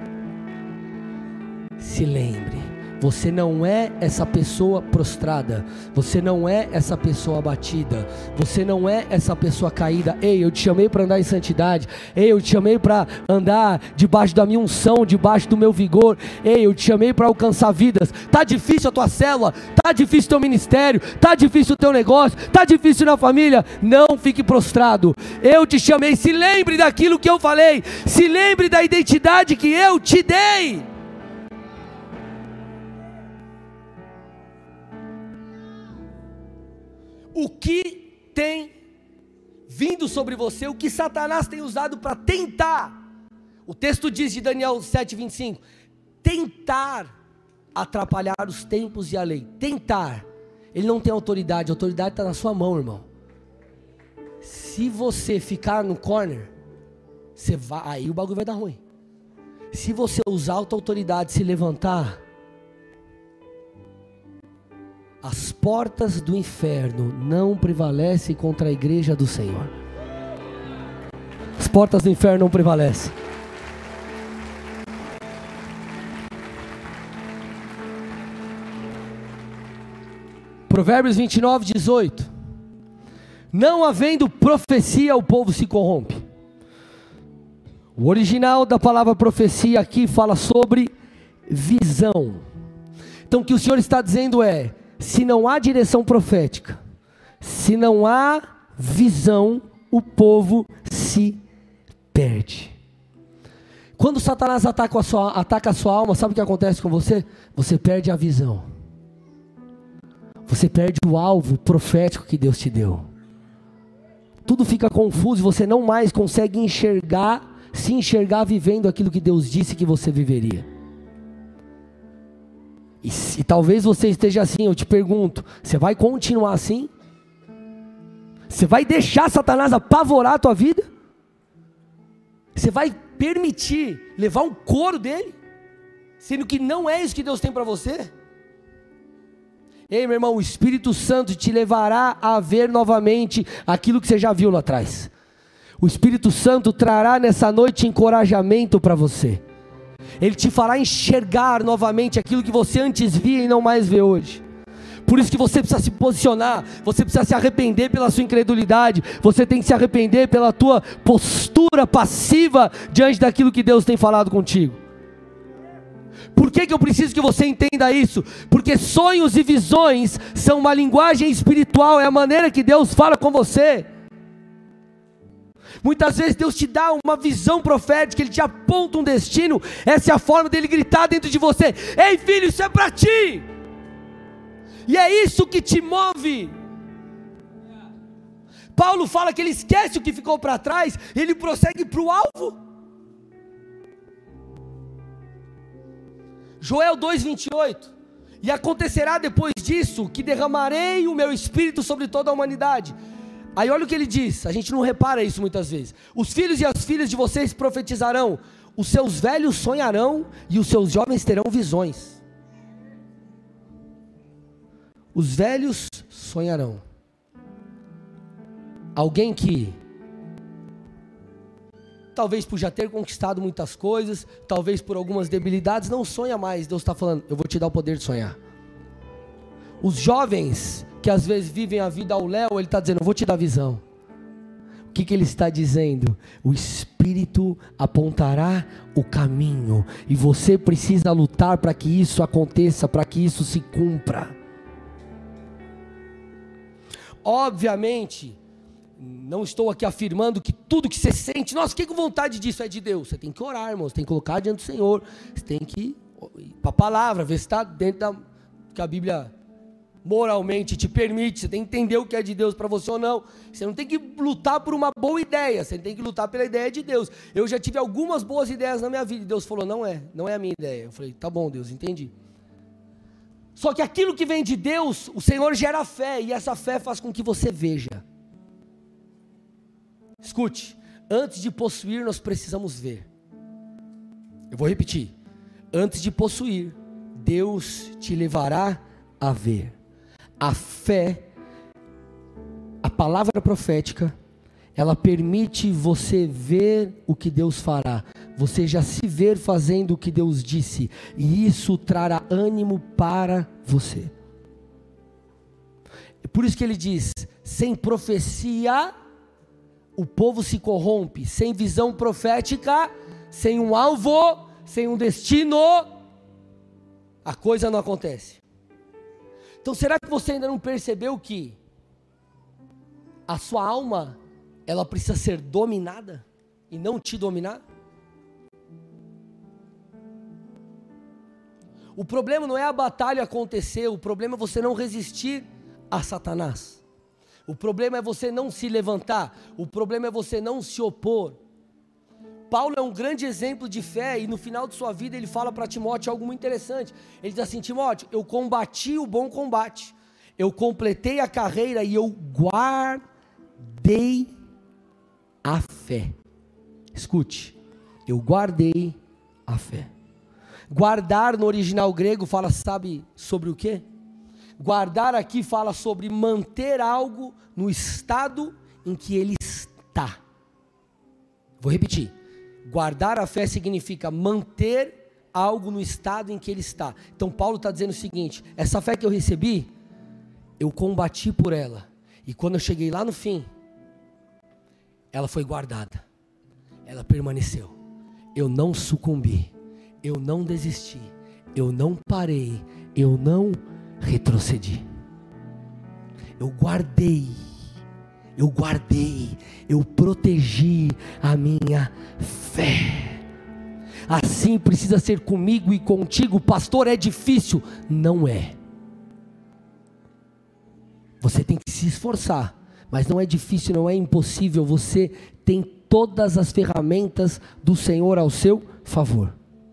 Se lembre, você não é essa pessoa prostrada, você não é essa pessoa abatida, você não é essa pessoa caída. Ei, eu te chamei para andar em santidade. Ei, eu te chamei para andar debaixo da minha unção, debaixo do meu vigor. Ei, eu te chamei para alcançar vidas. Tá difícil a tua célula, tá difícil o teu ministério, tá difícil o teu negócio, tá difícil na família. Não fique prostrado. Eu te chamei, se lembre daquilo que eu falei, se lembre da identidade que eu te dei. O que tem vindo sobre você, o que Satanás tem usado para tentar, o texto diz de Daniel sete, vinte e cinco, tentar atrapalhar os tempos e a lei, tentar, ele não tem autoridade, a autoridade está na sua mão, irmão. Se você ficar no corner, você vai, aí o bagulho vai dar ruim. Se você usar a tua autoridade, se levantar, as portas do inferno não prevalecem contra a igreja do Senhor. As portas do inferno não prevalecem. Provérbios vinte e nove, dezoito. Não havendo profecia, o povo se corrompe. O original da palavra profecia aqui fala sobre visão. Então o que o Senhor está dizendo é, se não há direção profética, se não há visão, o povo se perde. Quando Satanás ataca a sua, ataca a sua alma, sabe o que acontece com você? Você perde a visão. Você perde o alvo profético que Deus te deu. Tudo fica confuso e você não mais consegue enxergar, se enxergar vivendo aquilo que Deus disse que você viveria. E, e talvez você esteja assim, eu te pergunto, você vai continuar assim? Você vai deixar Satanás apavorar a tua vida? Você vai permitir levar um couro dele? Sendo que não é isso que Deus tem para você? Ei, meu irmão, o Espírito Santo te levará a ver novamente aquilo que você já viu lá atrás. O Espírito Santo trará nessa noite encorajamento para você. Ele te fará enxergar novamente aquilo que você antes via e não mais vê hoje. Por isso que você precisa se posicionar, você precisa se arrepender pela sua incredulidade, você tem que se arrepender pela tua postura passiva diante daquilo que Deus tem falado contigo. Por que que eu preciso que você entenda isso? Porque sonhos e visões são uma linguagem espiritual, é a maneira que Deus fala com você. Muitas vezes Deus te dá uma visão profética, Ele te aponta um destino, essa é a forma dele gritar dentro de você, ei filho, isso é para ti, e é isso que te move. Paulo fala que ele esquece o que ficou para trás, ele prossegue para o alvo. Joel dois, vinte e oito, e acontecerá depois disso, que derramarei o meu espírito sobre toda a humanidade. Aí olha o que ele diz, a gente não repara isso muitas vezes. Os filhos e as filhas de vocês profetizarão, os seus velhos sonharão e os seus jovens terão visões. Os velhos sonharão. Alguém que, talvez por já ter conquistado muitas coisas, talvez por algumas debilidades, não sonha mais. Deus está falando, eu vou te dar o poder de sonhar. Os jovens que às vezes vivem a vida ao léu, Ele está dizendo, eu vou te dar visão. O que, que ele está dizendo? O Espírito apontará o caminho, e você precisa lutar para que isso aconteça, para que isso se cumpra. Obviamente, não estou aqui afirmando que tudo que você sente, nossa, fiquei com vontade disso, é de Deus. Você tem que orar, irmão, você tem que colocar diante do Senhor, você tem que ir para a palavra, ver se está dentro da que a Bíblia moralmente te permite. Você tem que entender o que é de Deus para você ou não. Você não tem que lutar por uma boa ideia, você tem que lutar pela ideia de Deus. Eu já tive algumas boas ideias na minha vida, e Deus falou, não é, não é a minha ideia. Eu falei, tá bom, Deus, entendi. Só que aquilo que vem de Deus, o Senhor gera fé, e essa fé faz com que você veja. Escute, antes de possuir nós precisamos ver. Eu vou repetir, antes de possuir, Deus te levará a ver. A fé, a palavra profética, ela permite você ver o que Deus fará, você já se ver fazendo o que Deus disse, e isso trará ânimo para você. É por isso que ele diz, sem profecia, o povo se corrompe, sem visão profética, sem um alvo, sem um destino, a coisa não acontece. Então será que você ainda não percebeu que a sua alma, ela precisa ser dominada e não te dominar? O problema não é a batalha acontecer, o problema é você não resistir a Satanás. O problema é você não se levantar, o problema é você não se opor. Paulo é um grande exemplo de fé, e no final de sua vida ele fala para Timóteo algo muito interessante. Ele diz assim, Timóteo, eu combati o bom combate, eu completei a carreira e eu guardei a fé. Escute, eu guardei a fé. Guardar no original grego fala, sabe sobre o quê? Guardar aqui fala sobre manter algo no estado em que ele está. Vou repetir. Guardar a fé significa manter algo no estado em que ele está. Então Paulo está dizendo o seguinte, essa fé que eu recebi, eu combati por ela, e quando eu cheguei lá no fim, ela foi guardada, ela permaneceu, eu não sucumbi, eu não desisti, eu não parei, eu não retrocedi, eu guardei, eu guardei, eu protegi a minha fé. Assim precisa ser comigo e contigo. Pastor, é difícil? Não é. Você tem que se esforçar, mas não é difícil, não é impossível. Você tem todas as ferramentas do Senhor ao seu favor.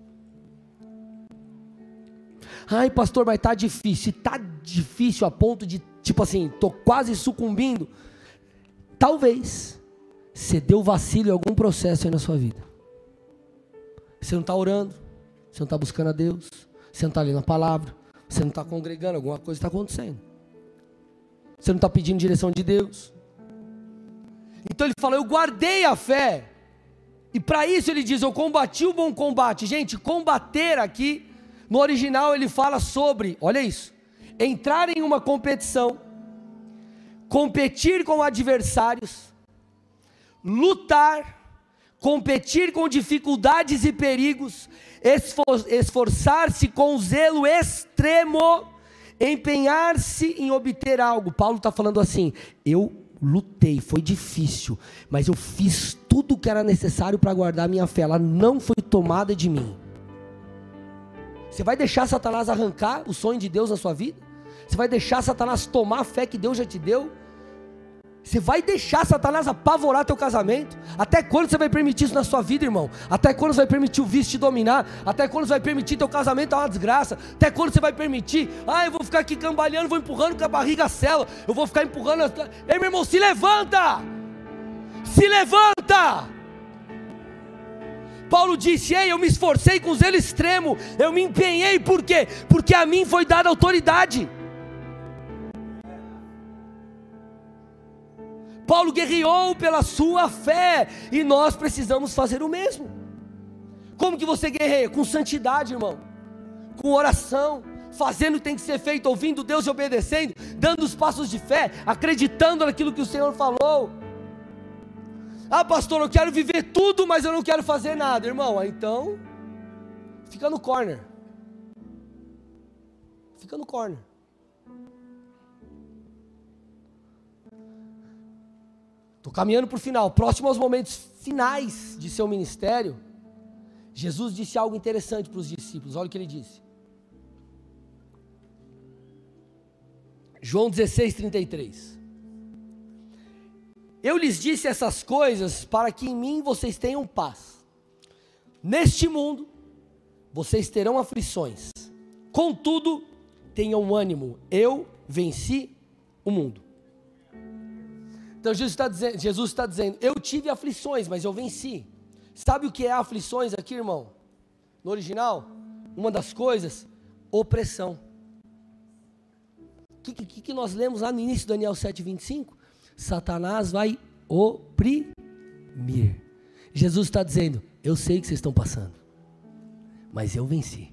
Ai, pastor, mas está difícil. Está difícil a ponto de, tipo assim, estou quase sucumbindo. Talvez você deu vacilo em algum processo aí na sua vida. Você não está orando, você não está buscando a Deus, você não está lendo a palavra, você não está congregando, alguma coisa está acontecendo. Você não está pedindo direção de Deus. Então ele fala, eu guardei a fé. E para isso ele diz, eu combati o bom combate. Gente, combater aqui, no original ele fala sobre, olha isso, entrar em uma competição, competir com adversários, lutar, competir com dificuldades e perigos, esfor- esforçar-se com zelo extremo, empenhar-se em obter algo. Paulo está falando assim, eu lutei, foi difícil, mas eu fiz tudo o que era necessário para guardar a minha fé, ela não foi tomada de mim. Você vai deixar Satanás arrancar o sonho de Deus na sua vida? Você vai deixar Satanás tomar a fé que Deus já te deu? Você vai deixar Satanás apavorar teu casamento? Até quando você vai permitir isso na sua vida, irmão? Até quando você vai permitir o vício te dominar? Até quando você vai permitir teu casamento é uma desgraça? Até quando você vai permitir? Ah, eu vou ficar aqui cambaleando, vou empurrando com a barriga a cela, eu vou ficar empurrando as... Ei, meu irmão, se levanta! Se levanta! Paulo disse, ei, eu me esforcei com zelo extremo, eu me empenhei, por quê? Porque a mim foi dada autoridade. Paulo guerreou pela sua fé, e nós precisamos fazer o mesmo. Como que você guerreia? Com santidade, irmão, com oração, fazendo o que tem que ser feito, ouvindo Deus e obedecendo, dando os passos de fé, acreditando naquilo que o Senhor falou. Ah, pastor, eu quero viver tudo, mas eu não quero fazer nada. Irmão, então, fica no corner. Fica no corner. Estou caminhando para o final. Próximo aos momentos finais de seu ministério, Jesus disse algo interessante para os discípulos. Olha o que ele disse. João dezesseis, trinta e três. Eu lhes disse essas coisas para que em mim vocês tenham paz. Neste mundo, vocês terão aflições. Contudo, tenham ânimo. Eu venci o mundo. Então Jesus está dizendo, Jesus está dizendo, eu tive aflições, mas eu venci. Sabe o que é aflições aqui, irmão? No original, uma das coisas, opressão. O que, que, que nós lemos lá no início de Daniel sete, vinte e cinco? Satanás vai oprimir. Jesus está dizendo, eu sei o que vocês estão passando, mas eu venci.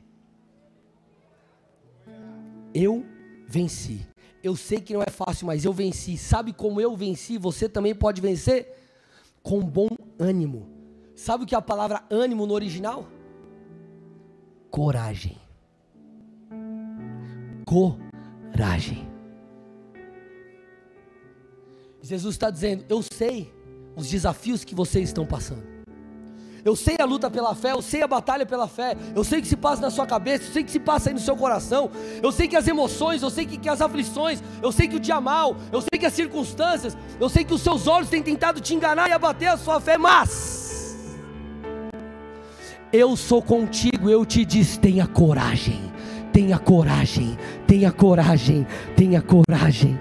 Eu venci. Eu sei que não é fácil, mas eu venci. Sabe como eu venci? Você também pode vencer? Com bom ânimo. Sabe o que é a palavra ânimo no original? Coragem. Coragem. Jesus está dizendo, eu sei os desafios que vocês estão passando. Eu sei a luta pela fé, eu sei a batalha pela fé, eu sei o que se passa na sua cabeça, eu sei o que se passa aí no seu coração, eu sei que as emoções, eu sei que, que as aflições, eu sei que o dia mal, eu sei que as circunstâncias, eu sei que os seus olhos têm tentado te enganar e abater a sua fé, mas eu sou contigo, eu te disse, tenha coragem, tenha coragem, tenha coragem, tenha coragem.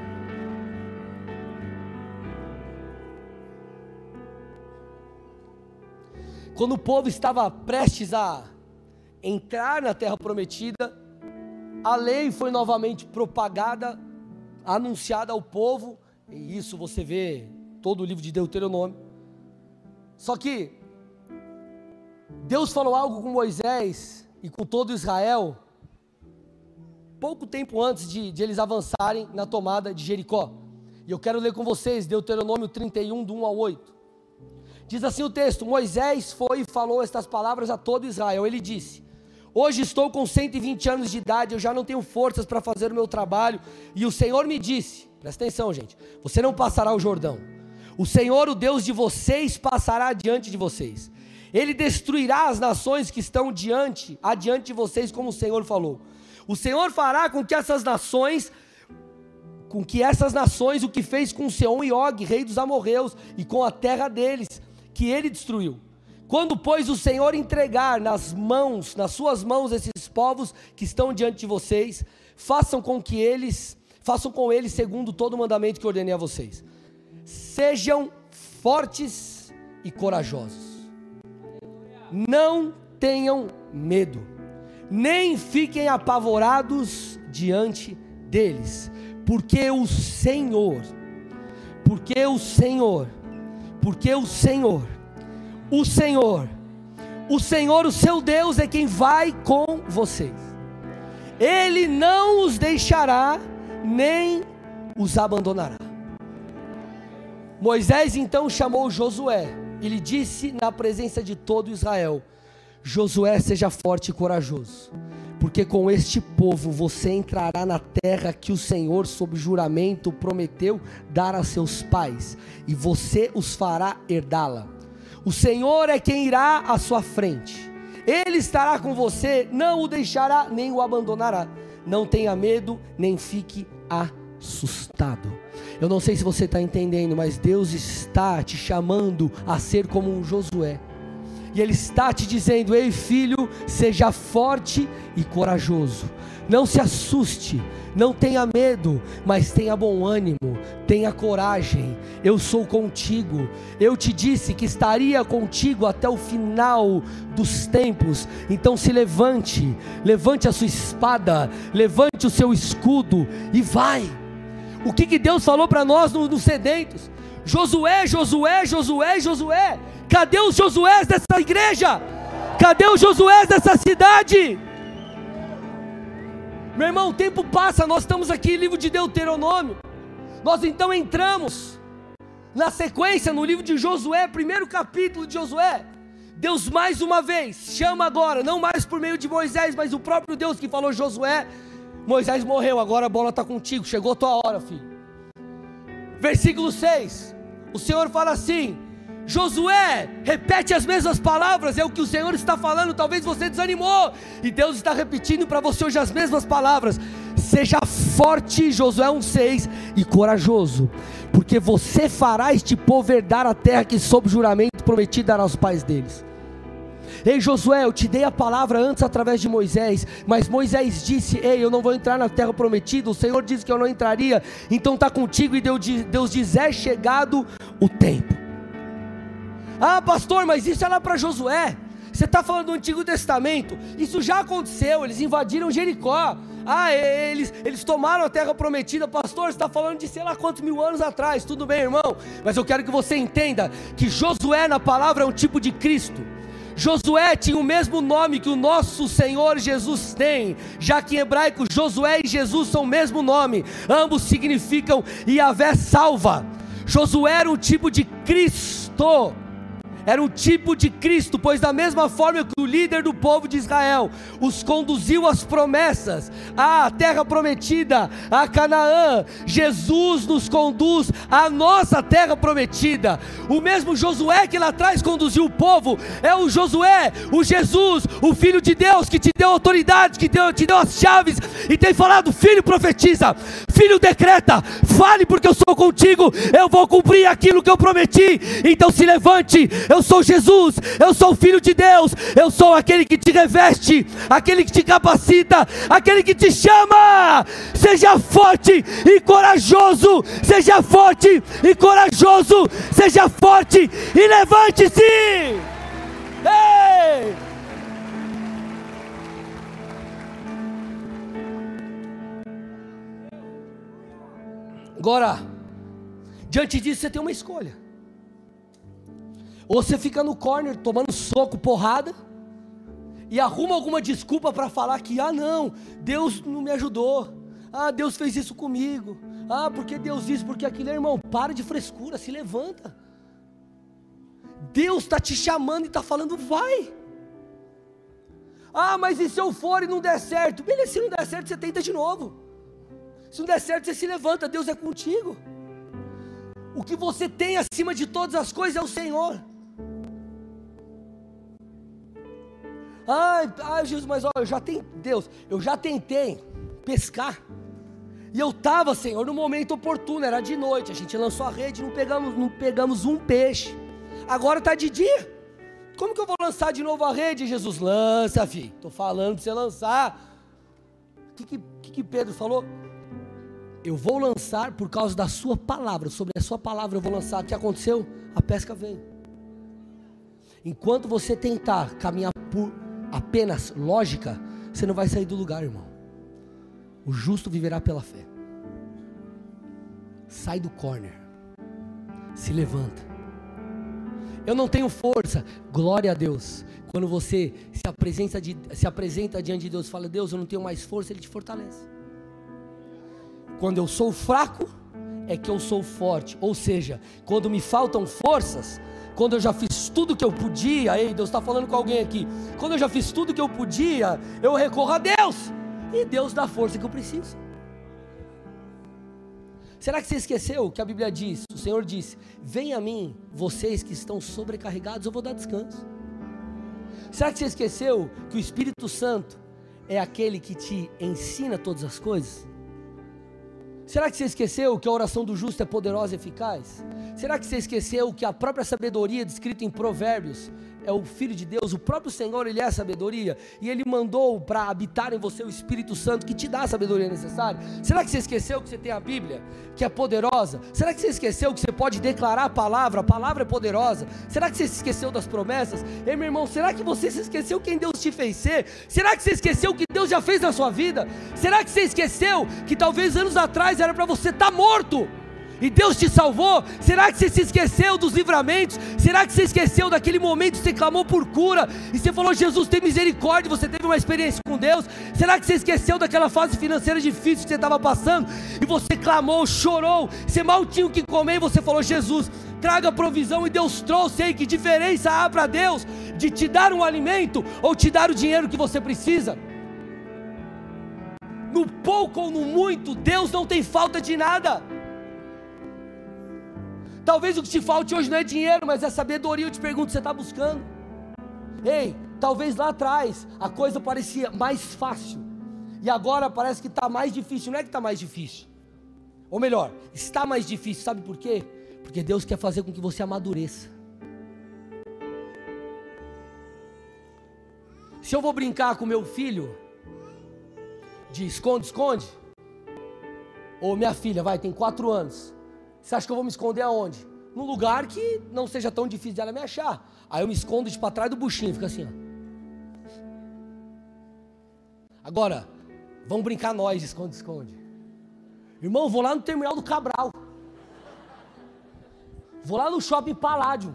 Quando o povo estava prestes a entrar na terra prometida, a lei foi novamente propagada, anunciada ao povo, e isso você vê todo o livro de Deuteronômio. Só que Deus falou algo com Moisés e com todo Israel, pouco tempo antes de, de eles avançarem na tomada de Jericó. E eu quero ler com vocês Deuteronômio trinta e um, do um ao oito. Diz assim o texto, Moisés foi e falou estas palavras a todo Israel, ele disse, hoje estou com cento e vinte anos de idade, eu já não tenho forças para fazer o meu trabalho, e o Senhor me disse, presta atenção gente, você não passará o Jordão, o Senhor, o Deus de vocês, passará diante de vocês, Ele destruirá as nações que estão diante, adiante de vocês, como o Senhor falou, o Senhor fará com que essas nações, com que essas nações, o que fez com Seom e Og, rei dos amorreus, e com a terra deles, que ele destruiu. Quando, pois, o Senhor entregar nas mãos, nas suas mãos esses povos que estão diante de vocês, façam com que eles, façam com eles segundo todo o mandamento que ordenei a vocês. Sejam fortes e corajosos. Não tenham medo, nem fiquem apavorados diante deles, porque o Senhor, porque o Senhor, Porque o Senhor, o Senhor, o Senhor, o seu Deus é quem vai com vocês. Ele não os deixará, nem os abandonará. Moisés então chamou Josué e lhe disse na presença de todo Israel, Josué, seja forte e corajoso, porque com este povo você entrará na terra que o Senhor, sob juramento, prometeu dar a seus pais, e você os fará herdá-la. O Senhor é quem irá à sua frente, Ele estará com você, não o deixará, nem o abandonará. Não tenha medo, nem fique assustado. Eu não sei se você está entendendo, mas Deus está te chamando a ser como um Josué. E Ele está te dizendo, ei filho, seja forte e corajoso, não se assuste, não tenha medo, mas tenha bom ânimo, tenha coragem, eu sou contigo, eu te disse que estaria contigo até o final dos tempos, então se levante, levante a sua espada, levante o seu escudo e vai. O que, que Deus falou para nós nos no sedentos? Josué, Josué, Josué, Josué. Cadê os Josués dessa igreja? Cadê os Josués dessa cidade? Meu irmão, o tempo passa, nós estamos aqui, livro de Deuteronômio. Nós então entramos Na sequência, no livro de Josué, primeiro capítulo de Josué, Deus mais uma vez chama agora, não mais por meio de Moisés, mas o próprio Deus que falou: Josué, Moisés morreu, agora a bola está contigo, chegou a tua hora, filho. Versículo seis, o Senhor fala assim: Josué, repete as mesmas palavras, é o que o Senhor está falando. Talvez você desanimou, e Deus está repetindo para você hoje as mesmas palavras. Seja forte, Josué um seis, e corajoso, porque você fará este povo herdar a terra que sob juramento prometi dar aos pais deles. Ei Josué, eu te dei a palavra antes através de Moisés, mas Moisés disse: ei, eu não vou entrar na terra prometida, o Senhor disse que eu não entraria, então está contigo, e Deus diz: é chegado o tempo. Ah pastor, mas isso é lá para Josué, você está falando do Antigo Testamento, isso já aconteceu, eles invadiram Jericó, ah, eles, eles tomaram a terra prometida. Pastor, você está falando de sei lá quantos mil anos atrás. Tudo bem, irmão, mas eu quero que você entenda que Josué na palavra é um tipo de Cristo. Josué tinha o mesmo nome que o nosso Senhor Jesus tem, já que em hebraico Josué e Jesus são o mesmo nome, ambos significam Yahvé salva. Josué era um tipo de Cristo, era um tipo de Cristo, pois da mesma forma que o líder do povo de Israel os conduziu às promessas, à terra prometida, a Canaã, Jesus nos conduz à nossa terra prometida. O mesmo Josué que lá atrás conduziu o povo, é o Josué, o Jesus, o Filho de Deus, que te deu autoridade, que deu, te deu as chaves, e tem falado: filho profetiza, filho decreta, fale porque eu sou contigo, eu vou cumprir aquilo que eu prometi, então se levante. Eu sou Jesus, eu sou o Filho de Deus, eu sou aquele que te reveste, aquele que te capacita, aquele que te chama. Seja forte e corajoso, seja forte e corajoso, seja forte e levante-se. Ei! Agora, diante disso você tem uma escolha. Ou você fica no corner tomando soco, porrada, e arruma alguma desculpa para falar que: ah não, Deus não me ajudou, ah Deus fez isso comigo, ah porque Deus isso, porque aquilo. Irmão, para de frescura, se levanta. Deus está te chamando e está falando: vai. Ah, mas e se eu for e não der certo? Beleza, se não der certo você tenta de novo. Se não der certo você se levanta, Deus é contigo. O que você tem acima de todas as coisas é o Senhor. Ai, ai Jesus, mas ó, eu já tentei, Deus, eu já tentei pescar, e eu estava, Senhor, no momento oportuno, era de noite, a gente lançou a rede, não pegamos, não pegamos um peixe, agora está de dia, como que eu vou lançar de novo a rede? Jesus, lança, filho, estou falando para você lançar. O que, que, que, que Pedro falou? Eu vou lançar por causa da sua palavra, sobre a sua palavra eu vou lançar. O que aconteceu? A pesca veio. Enquanto você tentar caminhar por apenas lógica, você não vai sair do lugar, irmão. O justo viverá pela fé. Sai do corner, se levanta. Eu não tenho força, glória a Deus. Quando você se apresenta, de, se apresenta diante de Deus, fala: Deus, eu não tenho mais força, Ele te fortalece. Quando eu sou fraco, é que eu sou forte. Ou seja, quando me faltam forças, quando eu já fiz tudo que eu podia, ei, Deus está falando com alguém aqui, quando eu já fiz tudo que eu podia, eu recorro a Deus, e Deus dá a força que eu preciso. Será que você esqueceu que a Bíblia diz, o Senhor disse: venha a mim, vocês que estão sobrecarregados, eu vou dar descanso. Será que você esqueceu que o Espírito Santo é aquele que te ensina todas as coisas? Será que você esqueceu que a oração do justo é poderosa e eficaz? Será que você esqueceu que a própria sabedoria descrita em Provérbios é o Filho de Deus? O próprio Senhor, Ele é a sabedoria, e Ele mandou para habitar em você o Espírito Santo que te dá a sabedoria necessária. Será que você esqueceu que você tem a Bíblia, que é poderosa? Será que você esqueceu que você pode declarar a palavra? A palavra é poderosa. Será que você se esqueceu das promessas? Ei, meu irmão, será que você se esqueceu quem Deus te fez ser? Será que você esqueceu o que Deus já fez na sua vida? Será que você esqueceu que talvez anos atrás era para você estar morto e Deus te salvou? Será que você se esqueceu dos livramentos? Será que você esqueceu daquele momento que você clamou por cura e você falou: Jesus, tem misericórdia, você teve uma experiência com Deus? Será que você esqueceu daquela fase financeira difícil que você estava passando e você clamou, chorou, você mal tinha o que comer e você falou: Jesus, traga provisão, e Deus trouxe. Aí, que diferença há para Deus de te dar um alimento ou te dar o dinheiro que você precisa? No pouco ou no muito, Deus não tem falta de nada. Talvez o que te falte hoje não é dinheiro, mas é sabedoria. Eu te pergunto, você está buscando? Ei, talvez lá atrás a coisa parecia mais fácil, e agora parece que está mais difícil. Não é que está mais difícil, ou melhor, está mais difícil. Sabe por quê? Porque Deus quer fazer com que você amadureça. Se eu vou brincar com meu filho de esconde-esconde, ou minha filha, vai, tem quatro anos, você acha que eu vou me esconder aonde? Num lugar que não seja tão difícil dela me achar. Aí eu me escondo de para trás do buchinho, fica assim, ó. Agora, vamos brincar nós de esconde-esconde. Irmão, vou lá no terminal do Cabral, vou lá no shopping Paládio.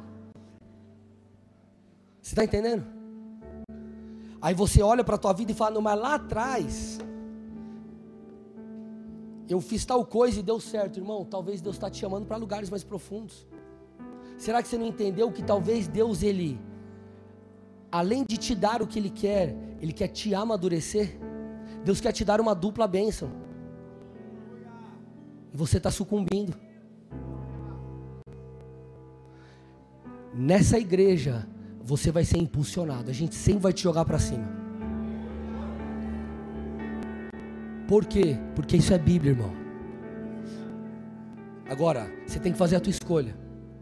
Você está entendendo? Aí você olha para a tua vida e fala, não, mas lá atrás eu fiz tal coisa e deu certo. Irmão, talvez Deus está te chamando para lugares mais profundos. Será que você não entendeu que talvez Deus, Ele, além de te dar o que Ele quer, Ele quer te amadurecer? Deus quer te dar uma dupla bênção, e você está sucumbindo. Nessa igreja, você vai ser impulsionado. A gente sempre vai te jogar para cima. Por quê? Porque isso é Bíblia, irmão. Agora, você tem que fazer a tua escolha.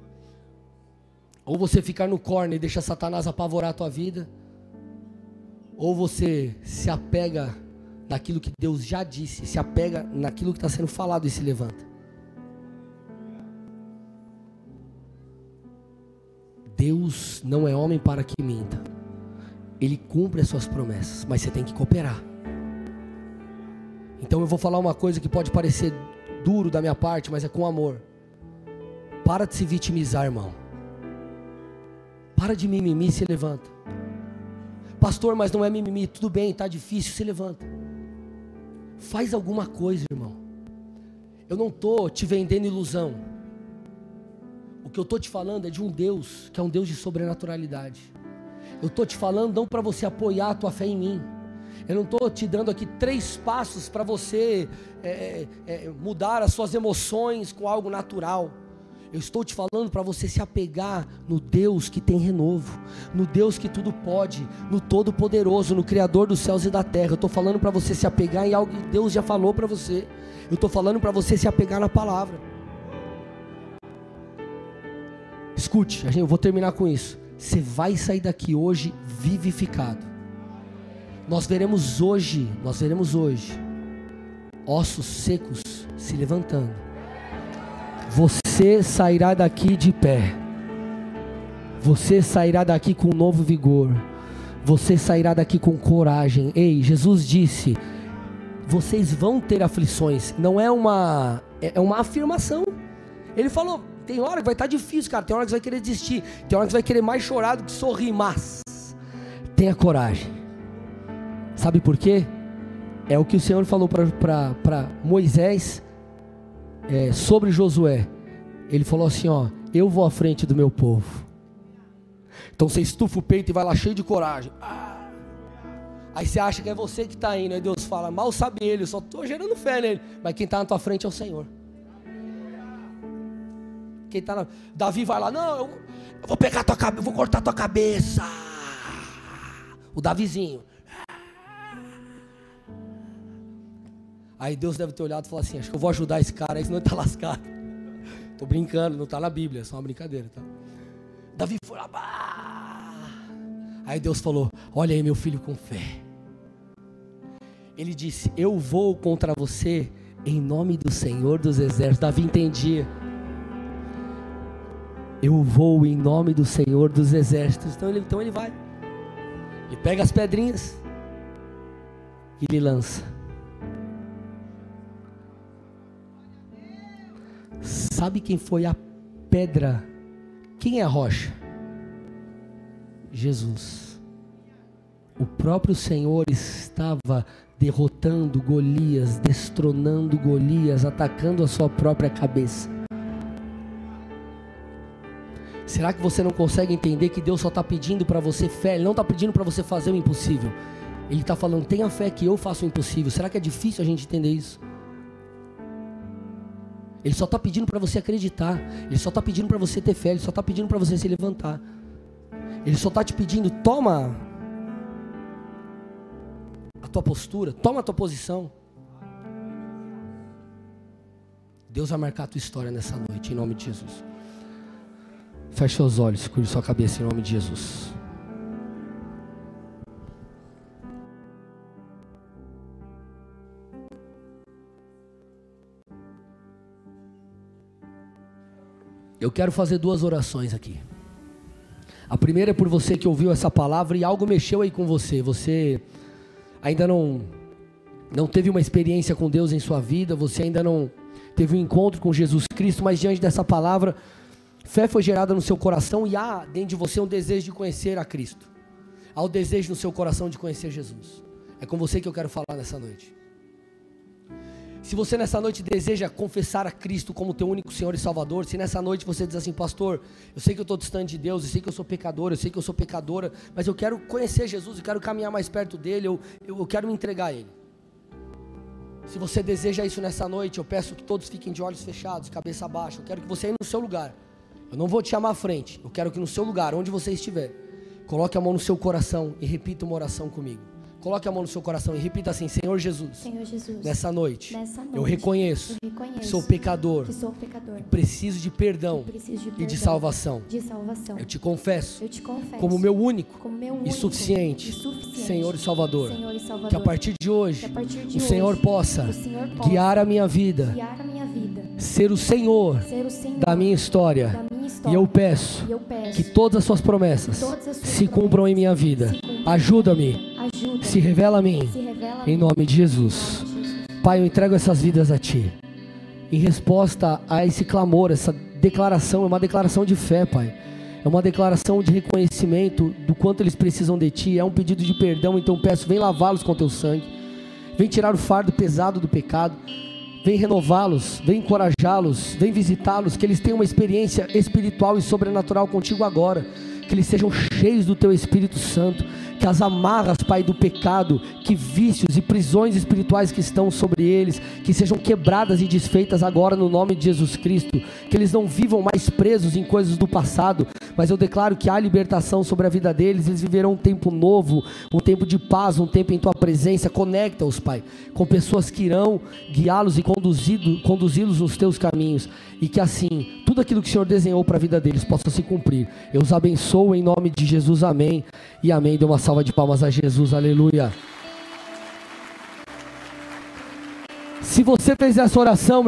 Ou você ficar no corner e deixa Satanás apavorar a tua vida, ou você se apega naquilo que Deus já disse, se apega naquilo que está sendo falado e se levanta. Deus não é homem para que minta. Ele cumpre as suas promessas, mas você tem que cooperar. Então eu vou falar uma coisa que pode parecer duro da minha parte, mas é com amor. Para de se vitimizar, irmão. Para de mimimi, se levanta. Pastor, mas não é mimimi, tudo bem, está difícil, se levanta. Faz alguma coisa, irmão. Eu não estou te vendendo ilusão. O que eu estou te falando é de um Deus, que é um Deus de sobrenaturalidade. Eu estou te falando não para você apoiar a tua fé em mim. Eu não estou te dando aqui três passos para você é, é, mudar as suas emoções com algo natural. Eu estou te falando para você se apegar no Deus que tem renovo, no Deus que tudo pode, no Todo-Poderoso, no Criador dos céus e da terra. Eu estou falando para você se apegar em algo que Deus já falou para você. Eu estou falando para você se apegar na palavra. Escute, eu vou terminar com isso. Você vai sair daqui hoje vivificado. Nós veremos hoje, nós veremos hoje, ossos secos se levantando. Você sairá daqui de pé. Você sairá daqui com um novo vigor. Você sairá daqui com coragem. Ei, Jesus disse, vocês vão ter aflições. Não é uma, é uma afirmação. Ele falou, tem hora que vai estar difícil, cara. Tem hora que você vai querer desistir. Tem hora que você vai querer mais chorar do que sorrir. Mas tenha coragem. Sabe por quê? É o que o Senhor falou para Moisés é, sobre Josué. Ele falou assim, ó, eu vou à frente do meu povo. Então você estufa o peito e vai lá cheio de coragem. Ah. Aí você acha que é você que está indo. Aí Deus fala, mal sabe ele, eu só estou gerando fé nele. Mas quem está na tua frente é o Senhor. Quem tá na... Davi vai lá, não, eu, eu vou pegar tua cabeça, eu vou cortar tua cabeça. O Davizinho. Aí Deus deve ter olhado e falado assim, acho que eu vou ajudar esse cara aí, senão ele está lascado. Estou brincando, não está na Bíblia, é só uma brincadeira, tá? Davi foi lá, bah! Aí Deus falou, olha aí meu filho com fé. Ele disse, eu vou contra você em nome do Senhor dos Exércitos. Davi entendia. Eu vou em nome do Senhor dos Exércitos. Então ele, então ele vai. Ele pega as pedrinhas e ele lança. Sabe quem foi a pedra? Quem é a rocha? Jesus. O próprio Senhor estava derrotando Golias, destronando Golias, atacando a sua própria cabeça. Será que você não consegue entender que Deus só está pedindo para você fé? Ele não está pedindo para você fazer o impossível. Ele está falando, tenha fé que eu faço o impossível. Será que é difícil a gente entender isso? Ele só está pedindo para você acreditar. Ele só está pedindo para você ter fé. Ele só está pedindo para você se levantar. Ele só está te pedindo, toma a tua postura, toma a tua posição. Deus vai marcar a tua história nessa noite, em nome de Jesus. Feche seus olhos, curve sua cabeça em nome de Jesus. Eu quero fazer duas orações aqui. A primeira é por você que ouviu essa palavra e algo mexeu aí com você. Você ainda não, não teve uma experiência com Deus em sua vida, você ainda não teve um encontro com Jesus Cristo, mas diante dessa palavra, fé foi gerada no seu coração e há dentro de você um desejo de conhecer a Cristo. Há o desejo no seu coração de conhecer Jesus. É com você que eu quero falar nessa noite. Se você nessa noite deseja confessar a Cristo como teu único Senhor e Salvador, se nessa noite você diz assim, pastor, eu sei que eu estou distante de Deus, eu sei que eu sou pecador, eu sei que eu sou pecadora, mas eu quero conhecer Jesus, eu quero caminhar mais perto dele, eu, eu, eu quero me entregar a Ele. Se você deseja isso nessa noite, eu peço que todos fiquem de olhos fechados, cabeça baixa, eu quero que você aí no seu lugar, eu não vou te chamar à frente, eu quero que no seu lugar, onde você estiver, coloque a mão no seu coração e repita uma oração comigo. Coloque a mão no seu coração e repita assim, Senhor Jesus, Senhor Jesus, nessa noite, nessa noite eu reconheço, eu reconheço que sou pecador, que sou pecador, preciso de perdão, preciso de e perdão de salvação. de salvação. Eu te confesso, Eu te confesso como meu único, como meu e, único suficiente e suficiente Senhor e Salvador, Senhor e Salvador, que a partir de hoje, que a partir de o Senhor hoje, possa o Senhor possa guiar a minha vida, guiar a minha vida, ser o Senhor ser o Senhor da minha história, da minha história. e eu peço E eu peço que todas as suas promessas todas as suas se cumpram em minha vida. se cumpram. Ajuda-me, Ajuda, se revela a mim, se revela em nome de Jesus. em nome de Jesus. Pai, eu entrego essas vidas a Ti, em resposta a esse clamor, essa declaração, é uma declaração de fé, Pai, é uma declaração de reconhecimento do quanto eles precisam de Ti, é um pedido de perdão, então peço, vem lavá-los com Teu sangue, vem tirar o fardo pesado do pecado, vem renová-los, vem encorajá-los, vem visitá-los, que eles tenham uma experiência espiritual e sobrenatural contigo agora, que eles sejam cheios do Teu Espírito Santo, que as amarras, Pai, do pecado, que vícios e prisões espirituais que estão sobre eles, que sejam quebradas e desfeitas agora no nome de Jesus Cristo, que eles não vivam mais presos em coisas do passado, mas eu declaro que há libertação sobre a vida deles, eles viverão um tempo novo, um tempo de paz, um tempo em Tua presença. Conecta-os, Pai, com pessoas que irão guiá-los e conduzi-los nos Teus caminhos, e que assim, tudo aquilo que o Senhor desenhou para a vida deles possa se cumprir. Eu os abençoo em nome de Jesus, amém e amém. Dê uma salva de palmas a Jesus, aleluia. Se você fez essa oração,